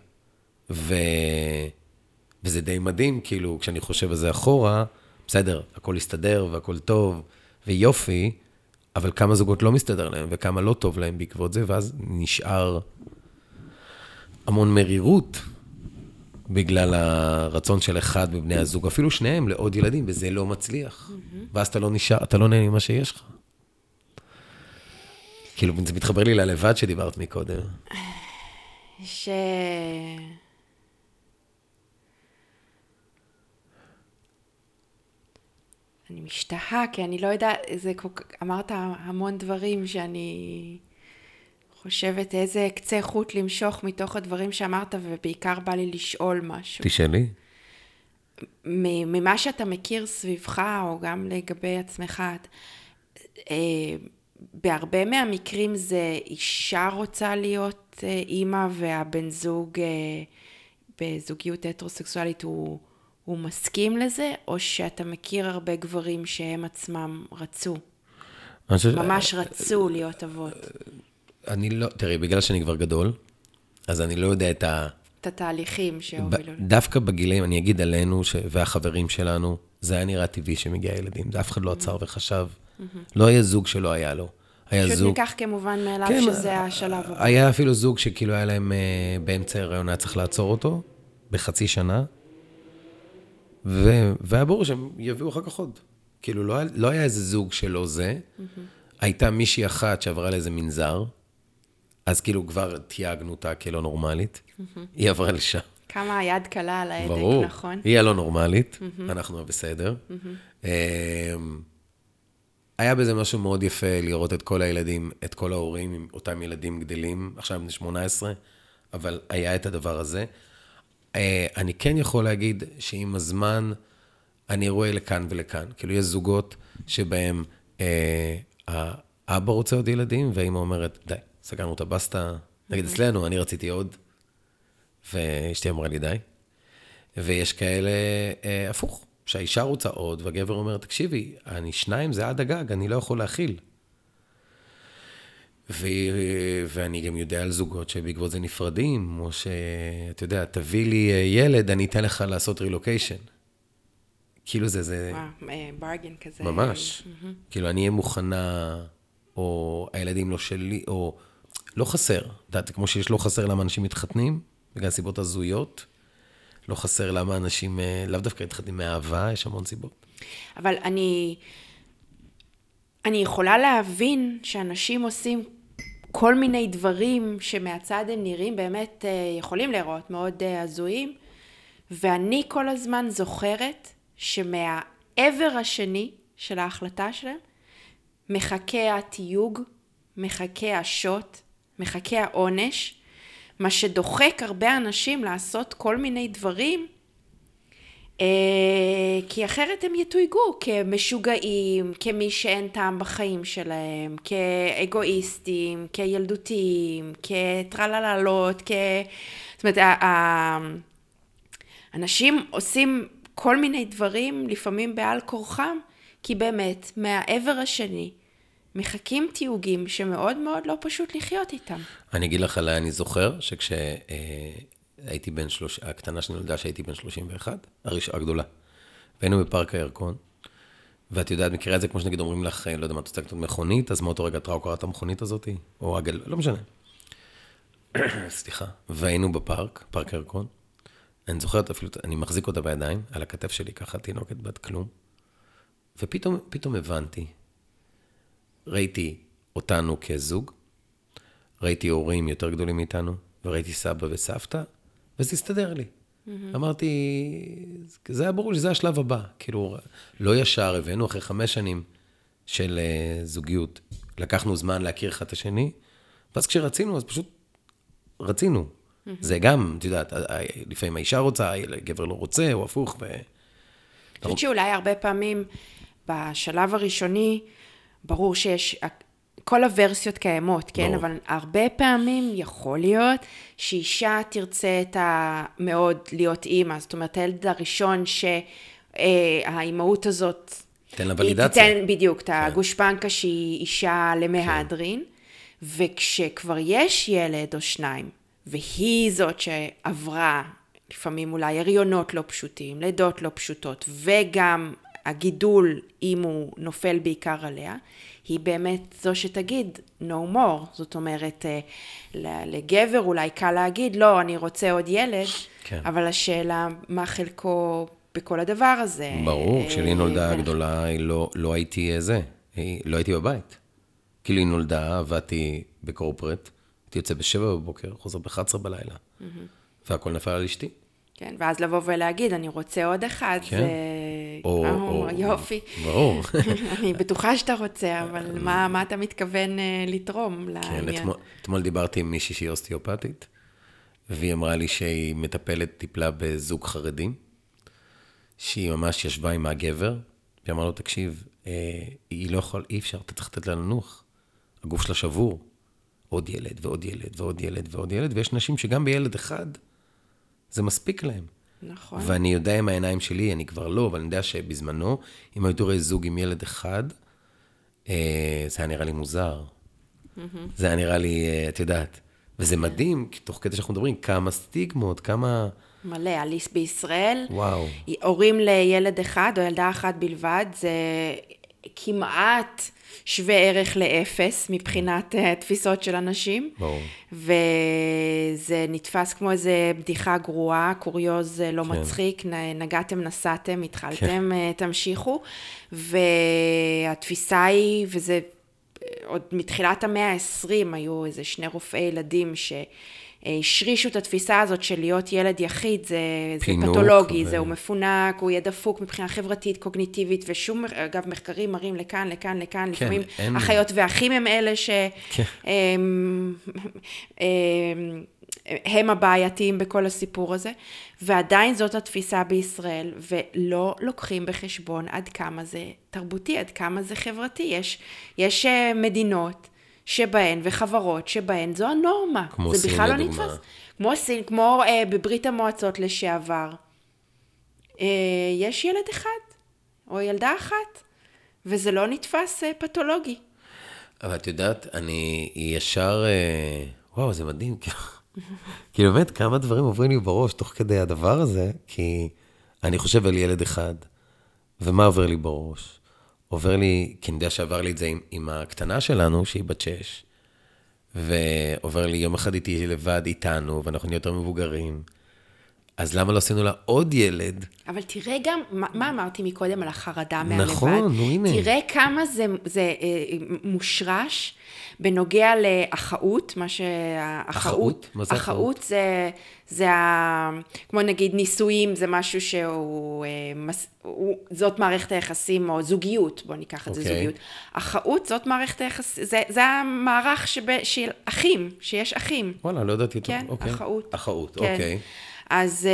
וזה די מדהים, כאילו, כשאני חושב על זה אחורה, בסדר, הכל יסתדר והכל טוב ויופי, אבל כמה זוגות לא מסתדר להם וכמה לא טוב להם בעקבות זה, ואז נשאר המון מרירות בגלל הרצון של אחד מבני הזוג, אפילו שניהם לעוד ילדים, וזה לא מצליח. ואז אתה לא נשאר, אתה לא נהנה ממה שיש לך. כאילו, זה מתחבר לי ללבד שדיברת מקודם. אני משתהה, כי אני לא יודעת, אמרת המון דברים שאני חושבת איזה קצה חוט למשוך מתוך הדברים שאמרת, ובעיקר בא לי לשאול משהו. תשאלי. ממה שאתה מכיר סביבך, או גם לגבי עצמך, בהרבה מהמקרים זה אישה רוצה להיות אימא, והבן זוג בזוגיות הטרוסקסואלית הוא מסכים לזה, או שאתה מכיר הרבה גברים שהם עצמם רצו? ממש רצו להיות אבות. אני לא, תראי, בגלל שאני כבר גדול, אז אני לא יודע את התהליכים שהובילו. דווקא בגילים, אני אגיד עלינו והחברים שלנו, זה היה נראה טבעי שמגיע ילדים, אף אחד לא עצר וחשב. לא היה זוג שלא היה לו. פשוט ניקח כמובן מאליו שזה השלב הבא. היה אפילו זוג שכאילו היה להם באמצע הריון, היה צריך לעצור אותו, בחצי שנה, והיה ברור שהם יביאו אחר כך עוד. כאילו לא היה איזה זוג שלא זה, הייתה מישהי אחת שעברה לאיזה מנזר, אז כאילו כבר תייגנו אותה כלא נורמלית, היא עברה לשם. כמה היד קלה על ההדק, ברור, נכון? היא הלא נורמלית, אנחנו בסדר. היה בזה משהו מאוד יפה לראות את כל הילדים, את כל ההורים, עם אותם ילדים גדלים, עכשיו בני 18, אבל היה את הדבר הזה. אני כן יכול להגיד שעם הזמן אני רואה לכאן ולכאן. כאילו יש זוגות שבהם האבא רוצה עוד ילדים, והאמא אומרת, די, סגרנו את הבסטה, נגיד אצלנו, אני רציתי עוד, ואשתי אמרה לי די. ויש כאלה הפוך, שהאישה רוצה עוד, והגבר אומר, תקשיבי, אני 2, זה עד הגג, אני לא יכול להכיל. ואני גם יודע על זוגות שבעקבות זה נפרדים, או שאתה יודע, תביא לי ילד, אני אתן לך לעשות רילוקיישן. כאילו זה... ברגן כזה. ממש. כאילו אני אהיה מוכנה, או הילדים לא שלי, או לא חסר. יודעת, כמו שיש לא חסר למה אנשים מתחתנים, בגלל סיבות הזויות, לא חסר למה אנשים, לאו דווקא מתחתנים מאהבה, יש המון סיבות. אבל אני יכולה להבין שאנשים עושים כל מיני דברים שמהצד הם נראים באמת יכולים להיראות מאוד הזויים, ואני כל הזמן זוכרת שמהעבר השני של ההחלטה שלהם, מחכה התיוג, מחכה השוט, מחכה העונש, מה שדוחק הרבה אנשים לעשות כל מיני דברים, כי אחרת הם יתויגו כמשוגעים, כמי שאין טעם בחיים שלהם, כאגואיסטים, כילדותיים, כטרללות, זאת אומרת, אנשים עושים כל מיני דברים, לפעמים בעל כורחם, כי באמת, מהעבר השני, מחכים תיוגים שמאוד מאוד לא פשוט לחיות איתם. אני אגיד לך עליי, אני זוכר שהייתי בן הקטנה שנולדה שהייתי בן 31, הגדולה. והיינו בפארק הירקון, ואת יודעת, מכירה את זה כמו שנגיד אומרים לך, לא יודע מה, תוצא קטנות מכונית, אז מאותו רגע תראו קראת המכונית הזאת, או עגל, לא משנה. סליחה. והיינו בפארק, פארק הירקון. אני זוכרת אפילו, אני מחזיק אותה בידיים, על הכתף שלי ככה, תינוקת בת כלום. ופתאום הבנתי, ראיתי אותנו כזוג, ראיתי הורים יותר גדולים מאיתנו, וראיתי סבא וסבתא, וזה הסתדר לי. אמרתי, זה היה ברור שזה השלב הבא. כאילו, לא ישר הבאנו אחרי 5 שנים של זוגיות. לקחנו זמן להכיר אחד את השני, ואז כשרצינו, אז פשוט רצינו. זה גם, את יודעת, לפעמים האישה רוצה, הגבר לא רוצה, או הפוך. אני חושבת שאולי הרבה פעמים, בשלב הראשוני, ברור שיש, כל הוורסיות קיימות, כן? ברור. אבל הרבה פעמים יכול להיות שאישה תרצה מאוד להיות אימא. זאת אומרת, הילד הראשון שהאימהות הזאת... תן לה ולידציה. תיתן בדיוק, את הגושפנקה שהיא אישה למהדרין, וכשכבר יש ילד או 2, והיא זאת שעברה לפעמים אולי הריונות לא פשוטים, לידות לא פשוטות, וגם הגידול, אם הוא נופל בעיקר עליה, היא באמת זו שתגיד no more. זאת אומרת, לגבר אולי קל להגיד, לא, אני רוצה עוד ילד, כן. אבל השאלה מה חלקו בכל הדבר הזה. ברור, כשלי נולדה הגדולה, לא הייתי לא הייתי בבית. כאילו היא נולדה, עבדתי בקורפרט, הייתי יוצא ב7 בבוקר, חוזר ב11 בלילה, והכל נפל על אשתי. כן, ואז לבוא ולהגיד, אני רוצה עוד אחד, כן. זה יופי. ברור. אני בטוחה שאתה רוצה, אבל מה אתה מתכוון לתרום לעניין? כן, אתמול דיברתי עם מישהי שהיא אוסטיאופטית, והיא אמרה לי שהיא טיפלה בזוג חרדים, שהיא ממש ישבה עם הגבר, והיא אמרה לו, תקשיב, אי אפשר, אתה צריך לתת לה לנוח. הגוף שלה שבור. עוד ילד ועוד ילד ועוד ילד ועוד ילד, ויש נשים שגם בילד אחד, זה מספיק להם. נכון. ואני יודע עם העיניים שלי, אני כבר לא, אבל אני יודע שבזמנו, אם הייתי רואה זוג עם ילד אחד, זה היה נראה לי מוזר. זה היה נראה לי, את יודעת. וזה מדהים, כי תוך כדי שאנחנו מדברים, כמה סטיגמות, כמה... מלא, אליס בישראל. וואו. הורים לילד אחד או ילדה אחת בלבד, זה כמעט שווה ערך לאפס מבחינת תפיסות של אנשים. ברור. וזה נתפס כמו איזה בדיחה גרועה, קוריוז לא מצחיק, נגעתם, נסעתם, התחלתם, תמשיכו. והתפיסה היא, וזה עוד מתחילת המאה ה-20, היו איזה 2 רופאי ילדים שהשרישו את התפיסה הזאת של להיות ילד יחיד, זה פתולוגי, זהו מפונק, הוא יהיה דפוק מבחינה חברתית, קוגניטיבית, ושום, אגב, מחקרים מראים לכאן, לכאן, לכאן, לפעמים אחיות ואחים הם אלה הם הבעייתיים בכל הסיפור הזה, ועדיין זאת התפיסה בישראל, ולא לוקחים בחשבון עד כמה זה תרבותי, עד כמה זה חברתי. יש מדינות שבהן וחברות שבהן זו הנורמה. כמו סין בכלל לדוגמה. לא נתפס. כמו סין, כמו בברית המועצות לשעבר. יש ילד אחד, או ילדה אחת, וזה לא נתפס פתולוגי. אבל את יודעת, אני ישר... וואו, זה מדהים, כאילו באמת כמה דברים עוברים לי בראש תוך כדי הדבר הזה, כי אני חושב על ילד אחד, ומה עובר לי בראש? עובר לי, כי אני יודע שעבר לי את זה עם הקטנה שלנו, שהיא בת 6, ועובר לי יום אחד איתי לבד איתנו, ואנחנו נהיה יותר מבוגרים, אז למה לא עשינו לה עוד ילד? אבל תראה גם, מה אמרתי מקודם על החרדה מהלבד? נכון, נו הנה. תראה כמה זה מושרש בנוגע לאחאות, מה אחאות? מה זה אחאות? אחאות זה כמו נגיד נישואים, זה משהו זאת מערכת היחסים, או זוגיות, בוא ניקח את זה זוגיות. אחאות זאת מערכת היחסים, זה המערך של אחים, שיש אחים. וואלה, לא ידעתי אותו. כן, אחאות. אחאות, אוקיי. אז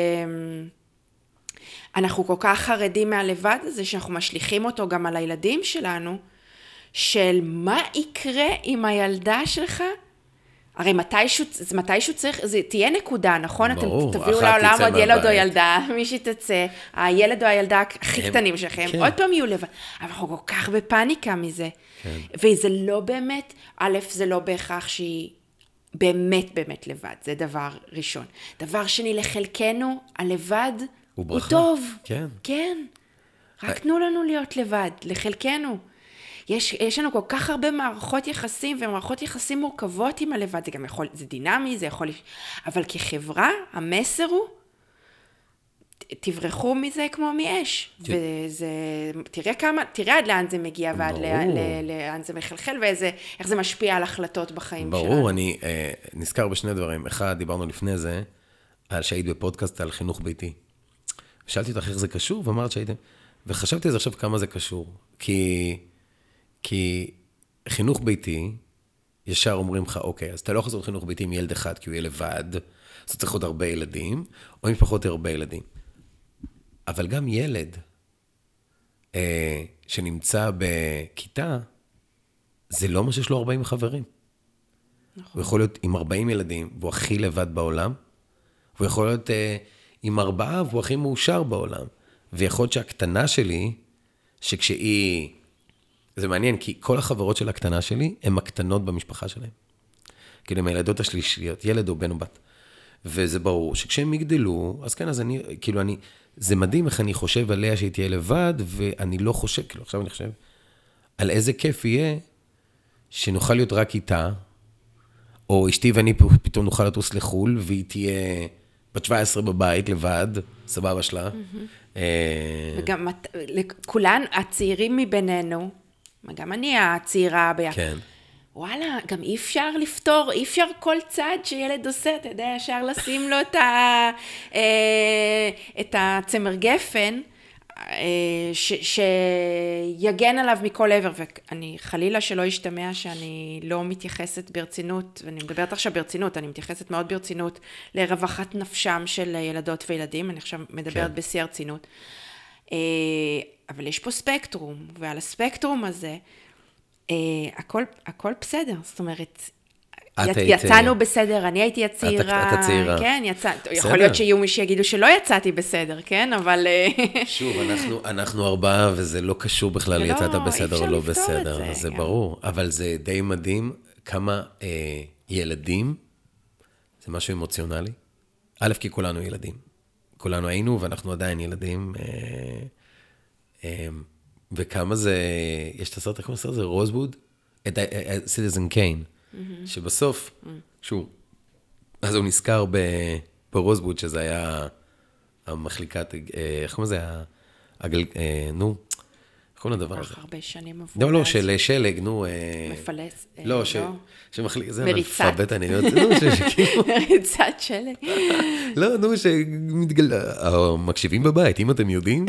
אנחנו כל כך חרדים מהלבד הזה, שאנחנו משליכים אותו גם על הילדים שלנו, של מה יקרה עם הילדה שלך? הרי מתישהו צריך, זה תהיה נקודה, נכון? ברור, אתם תביאו לעולם עוד ילד או ילדה, מי שתצא, הילד או הילדה הכי קטנים שלכם, עוד פעם יהיו לבד. אבל אנחנו כל כך בפאניקה מזה. וזה לא באמת, א', זה לא בהכרח שהיא באמת לבד, זה דבר ראשון. דבר שני, לחלקנו, הלבד הוא טוב. כן. כן. רק תנו לנו להיות לבד, לחלקנו. יש לנו כל כך הרבה מערכות יחסים, ומערכות יחסים מורכבות עם הלבד, זה גם יכול, זה דינמי, זה יכול, אבל כחברה, המסר הוא, תברחו מזה כמו מאש, וזה, תראה עד לאן זה מגיע, ועד לאן זה מחלחל, ואיך זה משפיע על החלטות בחיים שלנו. ברור, אני נזכר בשני דברים. אחד, דיברנו לפני זה, על שהיית בפודקאסט על חינוך ביתי. שאלתי אותך איך זה קשור, ואמרת שהייתם, וחשבתי על זה עכשיו כמה זה קשור, כי חינוך ביתי, ישר אומרים לך, אוקיי, אז אתה לא יכול לעשות חינוך ביתי עם ילד אחד, כי הוא יהיה לבד, אז צריך עוד הרבה ילדים, או עם פחות הרבה ילדים. אבל גם ילד שנמצא בכיתה, זה לא מה שיש לו 40 חברים. נכון. הוא יכול להיות עם 40 ילדים, והוא הכי לבד בעולם, הוא יכול להיות עם 4, והוא הכי מאושר בעולם. ויכול להיות שהקטנה שלי, שכשהיא... זה מעניין, כי כל החברות של הקטנה שלי, הן הקטנות במשפחה שלהן. כאילו, הן הילדות השלישיות, ילד או בן או בת. וזה ברור שכשהם יגדלו, אז כן, אז אני, כאילו, זה מדהים איך אני חושב עליה שהיא תהיה לבד, ואני לא חושב, כאילו, עכשיו אני חושב, על איזה כיף יהיה שנוכל להיות רק איתה, או אשתי ואני פתאום נוכל לטוס לחול, והיא תהיה בת 17 בבית, לבד, סבבה שלה. וגם כולן, הצעירים מבינינו, גם אני הצעירה ביחד. כן. וואלה, גם אי אפשר לפתור, אי אפשר כל צעד שילד עושה, אתה יודע, אפשר לשים לו את הצמר גפן, שיגן עליו מכל עבר, ואני חלילה שלא ישתמע שאני לא מתייחסת ברצינות, ואני מדברת עכשיו ברצינות, אני מתייחסת מאוד ברצינות לרווחת נפשם של ילדות וילדים, אני עכשיו מדברת בשיא הרצינות, אבל יש פה ספקטרום, ועל הספקטרום הזה, הכל בסדר, זאת אומרת, יצאנו בסדר, אני הייתי הצעירה, את הצעירה. כן, יכול להיות שיהיו מי שיגידו שלא יצאתי בסדר, כן, אבל... שוב, אנחנו ארבעה, וזה לא קשור בכלל יצאת בסדר או לא בסדר, זה ברור, אבל זה די מדהים כמה ילדים, זה משהו אמוציונלי, א', כי כולנו ילדים, כולנו היינו ואנחנו עדיין ילדים, וכמה זה, יש את הסרט, איך קוראים לסרט? זה רוזווד? סיטיזן קיין. שבסוף, אז הוא נזכר ברוזווד, שזה היה המחליקת, איך קוראים לזה? נו, איך קוראים לדבר הזה? הרבה שנים עברו. לא, של שלג, נו. מפלס. לא, שמחליק, זה מריצת. מפרבט, אני יודעת, נו, שכאילו. מריצת שלג. לא, נו, מקשיבים בבית, אם אתם יודעים.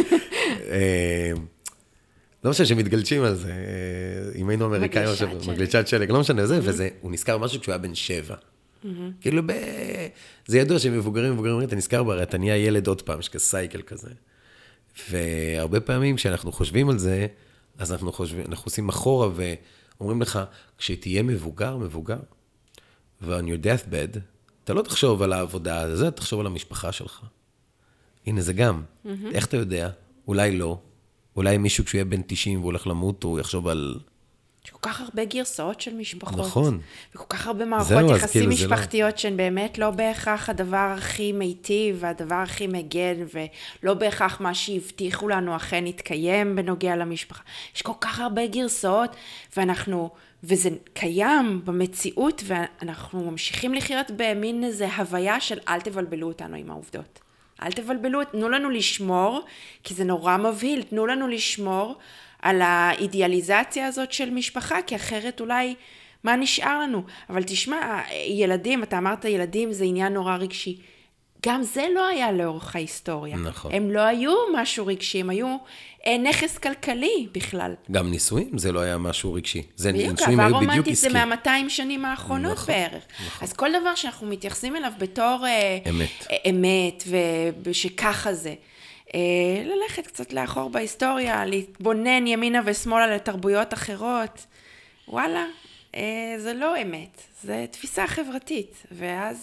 לא משנה שמתגלשים על זה, אם היינו אמריקאים עכשיו, מגליצ'ת שלג, לא משנה זה, וזה, הוא נזכר משהו כשהוא היה בן 7. כאילו, זה ידוע שמבוגרים, אתה נזכר בה, אתה נהיה ילד עוד פעם, יש כסייקל כזה. והרבה פעמים כשאנחנו חושבים על זה, אז אנחנו עושים אחורה ואומרים לך, כשתהיה מבוגר, ו-on your deathbed, אתה לא תחשוב על העבודה הזה, תחשוב על המשפחה שלך. הנה, זה גם. איך אתה יודע? אולי לא. אולי מישהו כשהוא יהיה בן 90 והוא הולך למות, הוא יחשוב על... יש כל כך הרבה גרסאות של משפחות. נכון. וכל כך הרבה מערכות יחסים משפחתיות שהן באמת לא בהכרח הדבר הכי מיטיב, והדבר הכי מגן, ולא בהכרח מה שהבטיחו לנו אכן יתקיים בנוגע למשפחה. יש כל כך הרבה גרסאות, וזה קיים במציאות, ואנחנו ממשיכים לחיות במין איזה הוויה של אל תבלבלו אותנו עם העובדות. אל תבלבלו, תנו לנו לשמור, כי זה נורא מבהיל, תנו לנו לשמור על האידיאליזציה הזאת של משפחה, כי אחרת אולי מה נשאר לנו? אבל תשמע, ילדים, אתה אמרת ילדים, זה עניין נורא רגשי. גם זה לא היה לאורך ההיסטוריה. נכון. הם לא היו משהו רגשי, הם היו נכס כלכלי בכלל. גם נישואים, זה לא היה משהו רגשי. בדיוק, העבר רומנטית זה מה-200 שנים האחרונות נכון, בערך. נכון. אז כל דבר שאנחנו מתייחסים אליו בתור אמת ושככה זה. ללכת קצת לאחור בהיסטוריה, להתבונן ימינה ושמאלה לתרבויות אחרות. וואלה, זה לא אמת, זה תפיסה חברתית, ואז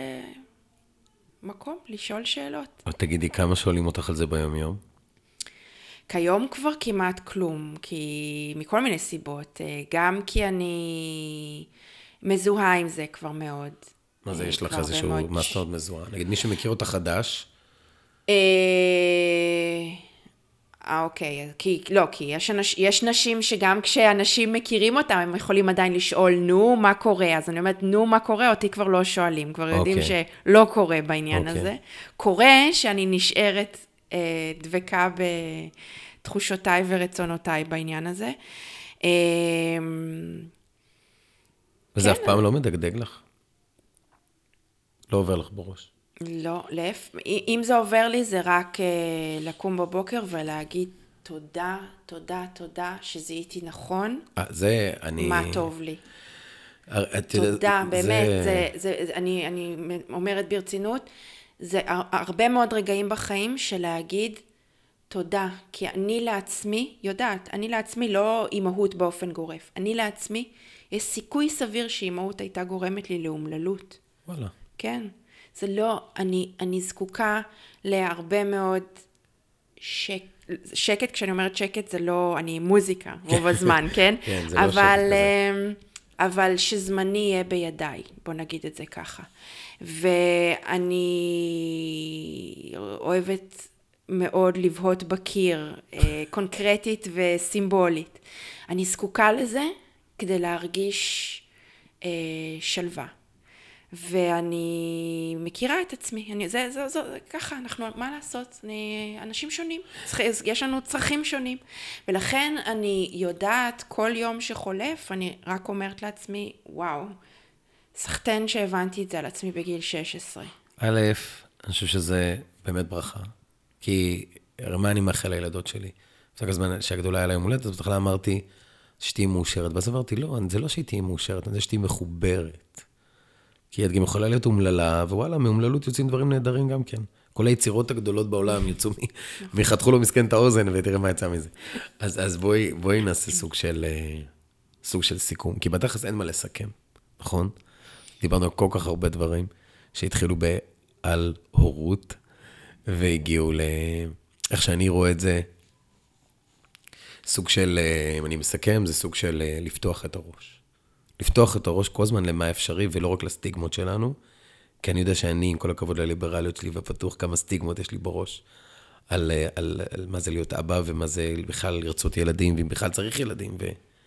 מקום לשאול שאלות. תגידי, כמה שואלים אותך על זה ביום יום? כיום כבר כמעט כלום, כי מכל מיני סיבות, גם כי אני מזוהה עם זה כבר מאוד. מה זה, יש לך איזשהו מסעות מזוהה? נגיד, מי שמכיר אותך חדש? אוקיי, כי יש נשים שגם כשאנשים מכירים אותם, הם יכולים עדיין לשאול, נו, מה קורה? אז אני אומרת, נו, מה קורה? אותי כבר לא שואלים, כבר יודעים שלא קורה בעניין הזה. קורה שאני נשארת דבקה בתחושותיי ורצונותיי בעניין הזה. וזה אף פעם לא מדגדג לך? לא עובר לך בראש? לא, אם זה עובר לי, זה רק לקום בבוקר ולהגיד תודה, תודה, תודה, שזיהיתי נכון. זה אני... מה טוב לי. תודה, באמת, אני אומרת ברצינות, זה הרבה מאוד רגעים בחיים של להגיד תודה, כי אני לעצמי, יודעת, אני לעצמי לא אימהות באופן גורף, אני לעצמי, יש סיכוי סביר שאימהות הייתה גורמת לי לאומללות. וואלה. כן. זה לא, אני זקוקה להרבה מאוד שקט, כשאני אומרת שקט זה לא, אני מוזיקה רוב הזמן, כן? כן, זה לא שקט כזה. אבל שזמני יהיה בידיי, בוא נגיד את זה ככה. ואני אוהבת מאוד לבהות בקיר, קונקרטית וסימבולית. אני זקוקה לזה כדי להרגיש שלווה. ואני מכירה את עצמי, זה ככה, מה לעשות? אנשים שונים, יש לנו צרכים שונים. ולכן אני יודעת כל יום שחולף, אני רק אומרת לעצמי, וואו, סחטן שהבנתי את זה על עצמי בגיל 16. א', אני חושב שזה באמת ברכה. כי מה אני מאחל לילדות שלי? בסך הזמן שהגדולה היה לה יום הולדת, אז בכלל אמרתי שתהי מאושרת. ואז אמרתי, לא, זה לא שתהי מאושרת, זה שתהי מחוברת. כי את גם יכולה להיות אומללה, ווואלה, מאומללות יוצאים דברים נהדרים גם כן. כל היצירות הגדולות בעולם יצאו מחתכו לו מסכן את האוזן, ותראה מה יצא מזה. אז בואי נעשה סוג של סיכום, כי בתכלס אין מה לסכם, נכון? דיברנו על כל כך הרבה דברים, שהתחילו על הורות, והגיעו איך שאני רואה את זה, סוג של, אם אני מסכם, זה סוג של לפתוח את הראש. לפתוח את הראש כל הזמן למה אפשרי, ולא רק לסטיגמות שלנו, כי אני יודע שאני, עם כל הכבוד לליברליות שלי, ופתוח כמה סטיגמות יש לי בראש, על מה זה להיות אבא, ומה זה בכלל לרצות ילדים, ואם בכלל צריך ילדים,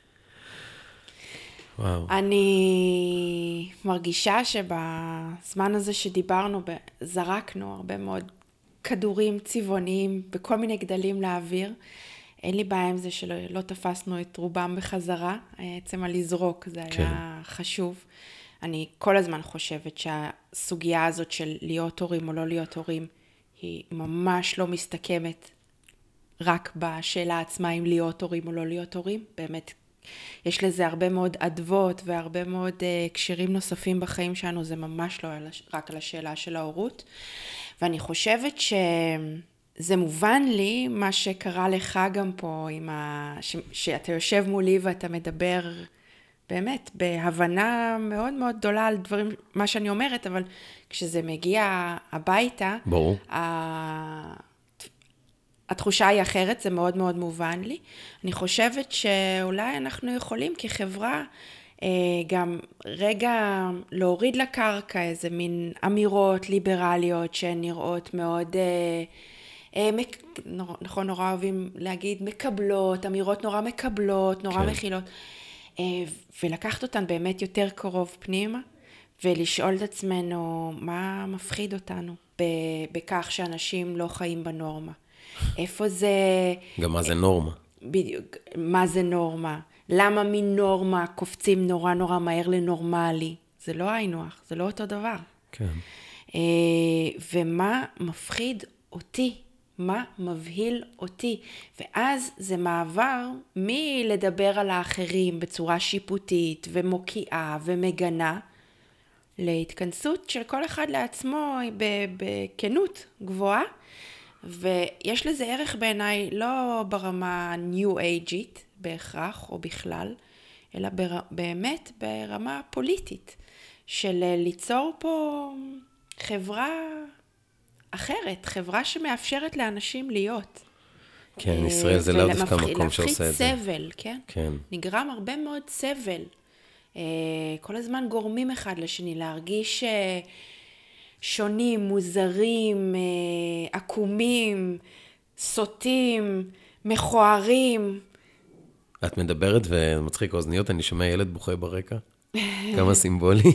וואו. אני מרגישה שבזמן הזה שדיברנו, זרקנו הרבה מאוד כדורים צבעוניים, בכל מיני גדלים לאוויר, אין לי בעיה עם זה שלא תפסנו את רובם בחזרה, עצם על לזרוק, זה היה חשוב. אני כל הזמן חושבת שהסוגיה הזאת של להיות הורים או לא להיות הורים, היא ממש לא מסתכמת רק בשאלה עצמה אם להיות הורים או לא להיות הורים. באמת, יש לזה הרבה מאוד עדבות והרבה מאוד קשרים נוספים בחיים שלנו, זה ממש לא רק על השאלה של ההורות. ואני חושבת זה מובן לי, מה שקרה לך גם פה, שאתה יושב מולי ואתה מדבר באמת בהבנה מאוד מאוד גדולה על דברים, מה שאני אומרת, אבל כשזה מגיע הביתה, ברור. התחושה היא אחרת, זה מאוד מאוד מובן לי. אני חושבת שאולי אנחנו יכולים כחברה גם רגע להוריד לקרקע איזה מין אמירות ליברליות שנראות מאוד נכון, נורא אוהבים להגיד מקבלות, אמירות נורא מקבלות, נורא מכילות, ולקחת אותן באמת יותר קרוב פנימה, ולשאול את עצמנו מה מפחיד אותנו בכך שאנשים לא חיים בנורמה. איפה זה... גם מה זה נורמה. בדיוק, מה זה נורמה? למה מנורמה קופצים נורא נורא מהר לנורמלי? זה לא היינו-הך, זה לא אותו דבר. כן. ומה מפחיד אותי? מה מבהיל אותי? ואז זה מעבר מלדבר על האחרים בצורה שיפוטית ומוקיעה ומגנה, להתכנסות של כל אחד לעצמו בכנות גבוהה, ויש לזה ערך בעיניי לא ברמה ניו-אייג'ית בהכרח או בכלל, אלא באמת ברמה פוליטית, של ליצור פה חברה אחרת, חברה שמאפשרת לאנשים להיות. כן, ישראל זה לא דווקא מקום שעושה את זה. להפחית סבל, כן? כן. נגרם הרבה מאוד סבל. כל הזמן גורמים אחד לשני, להרגיש שונים, מוזרים, עקומים, סוטים, מכוערים. את מדברת ומצחיק אוזניות, אני שומע ילד בוכה ברקע. כמה סימבולי.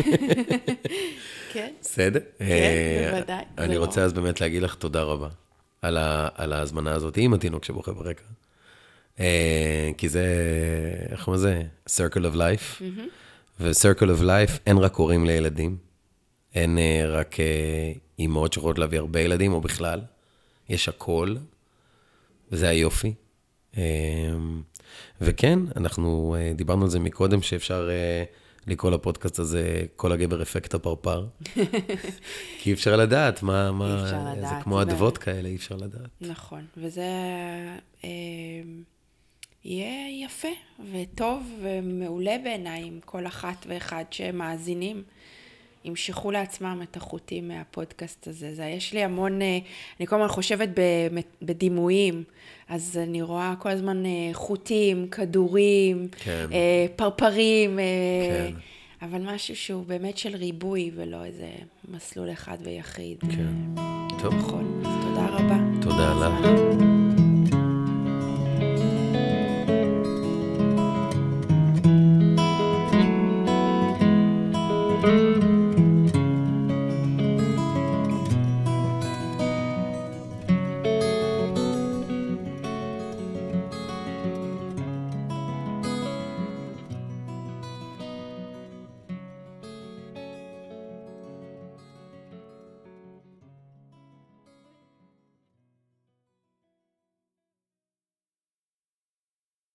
כן. בסדר? כן, בוודאי. אני רוצה אז באמת להגיד לך תודה רבה על ההזמנה הזאת, עם התינוק שבוכה ברקע. כי זה, איך אומרים זה? Circle of Life. ו-Circle of Life, אין רק הורים לילדים. אין רק אימהות שיכולות להביא הרבה ילדים, או בכלל. יש הכל, וזה היופי. וכן, אנחנו דיברנו על זה מקודם, שאפשר לקרוא לפודקאסט הזה, כל הגבר אפקט הפרפר. כי אי אפשר לדעת, זה כמו עדבות כאלה, אי אפשר לדעת. נכון, וזה יהיה יפה וטוב ומעולה בעיניי, עם כל אחת ואחד שמאזינים. ימשכו לעצמם את החוטים מהפודקאסט הזה. זה יש לי המון, אני כל הזמן חושבת בדימויים, אז אני רואה כל הזמן חוטים, כדורים, כן. פרפרים, כן. אבל משהו שהוא באמת של ריבוי ולא איזה מסלול אחד ויחיד. כן. טוב. נכון, אז תודה רבה. תודה לך.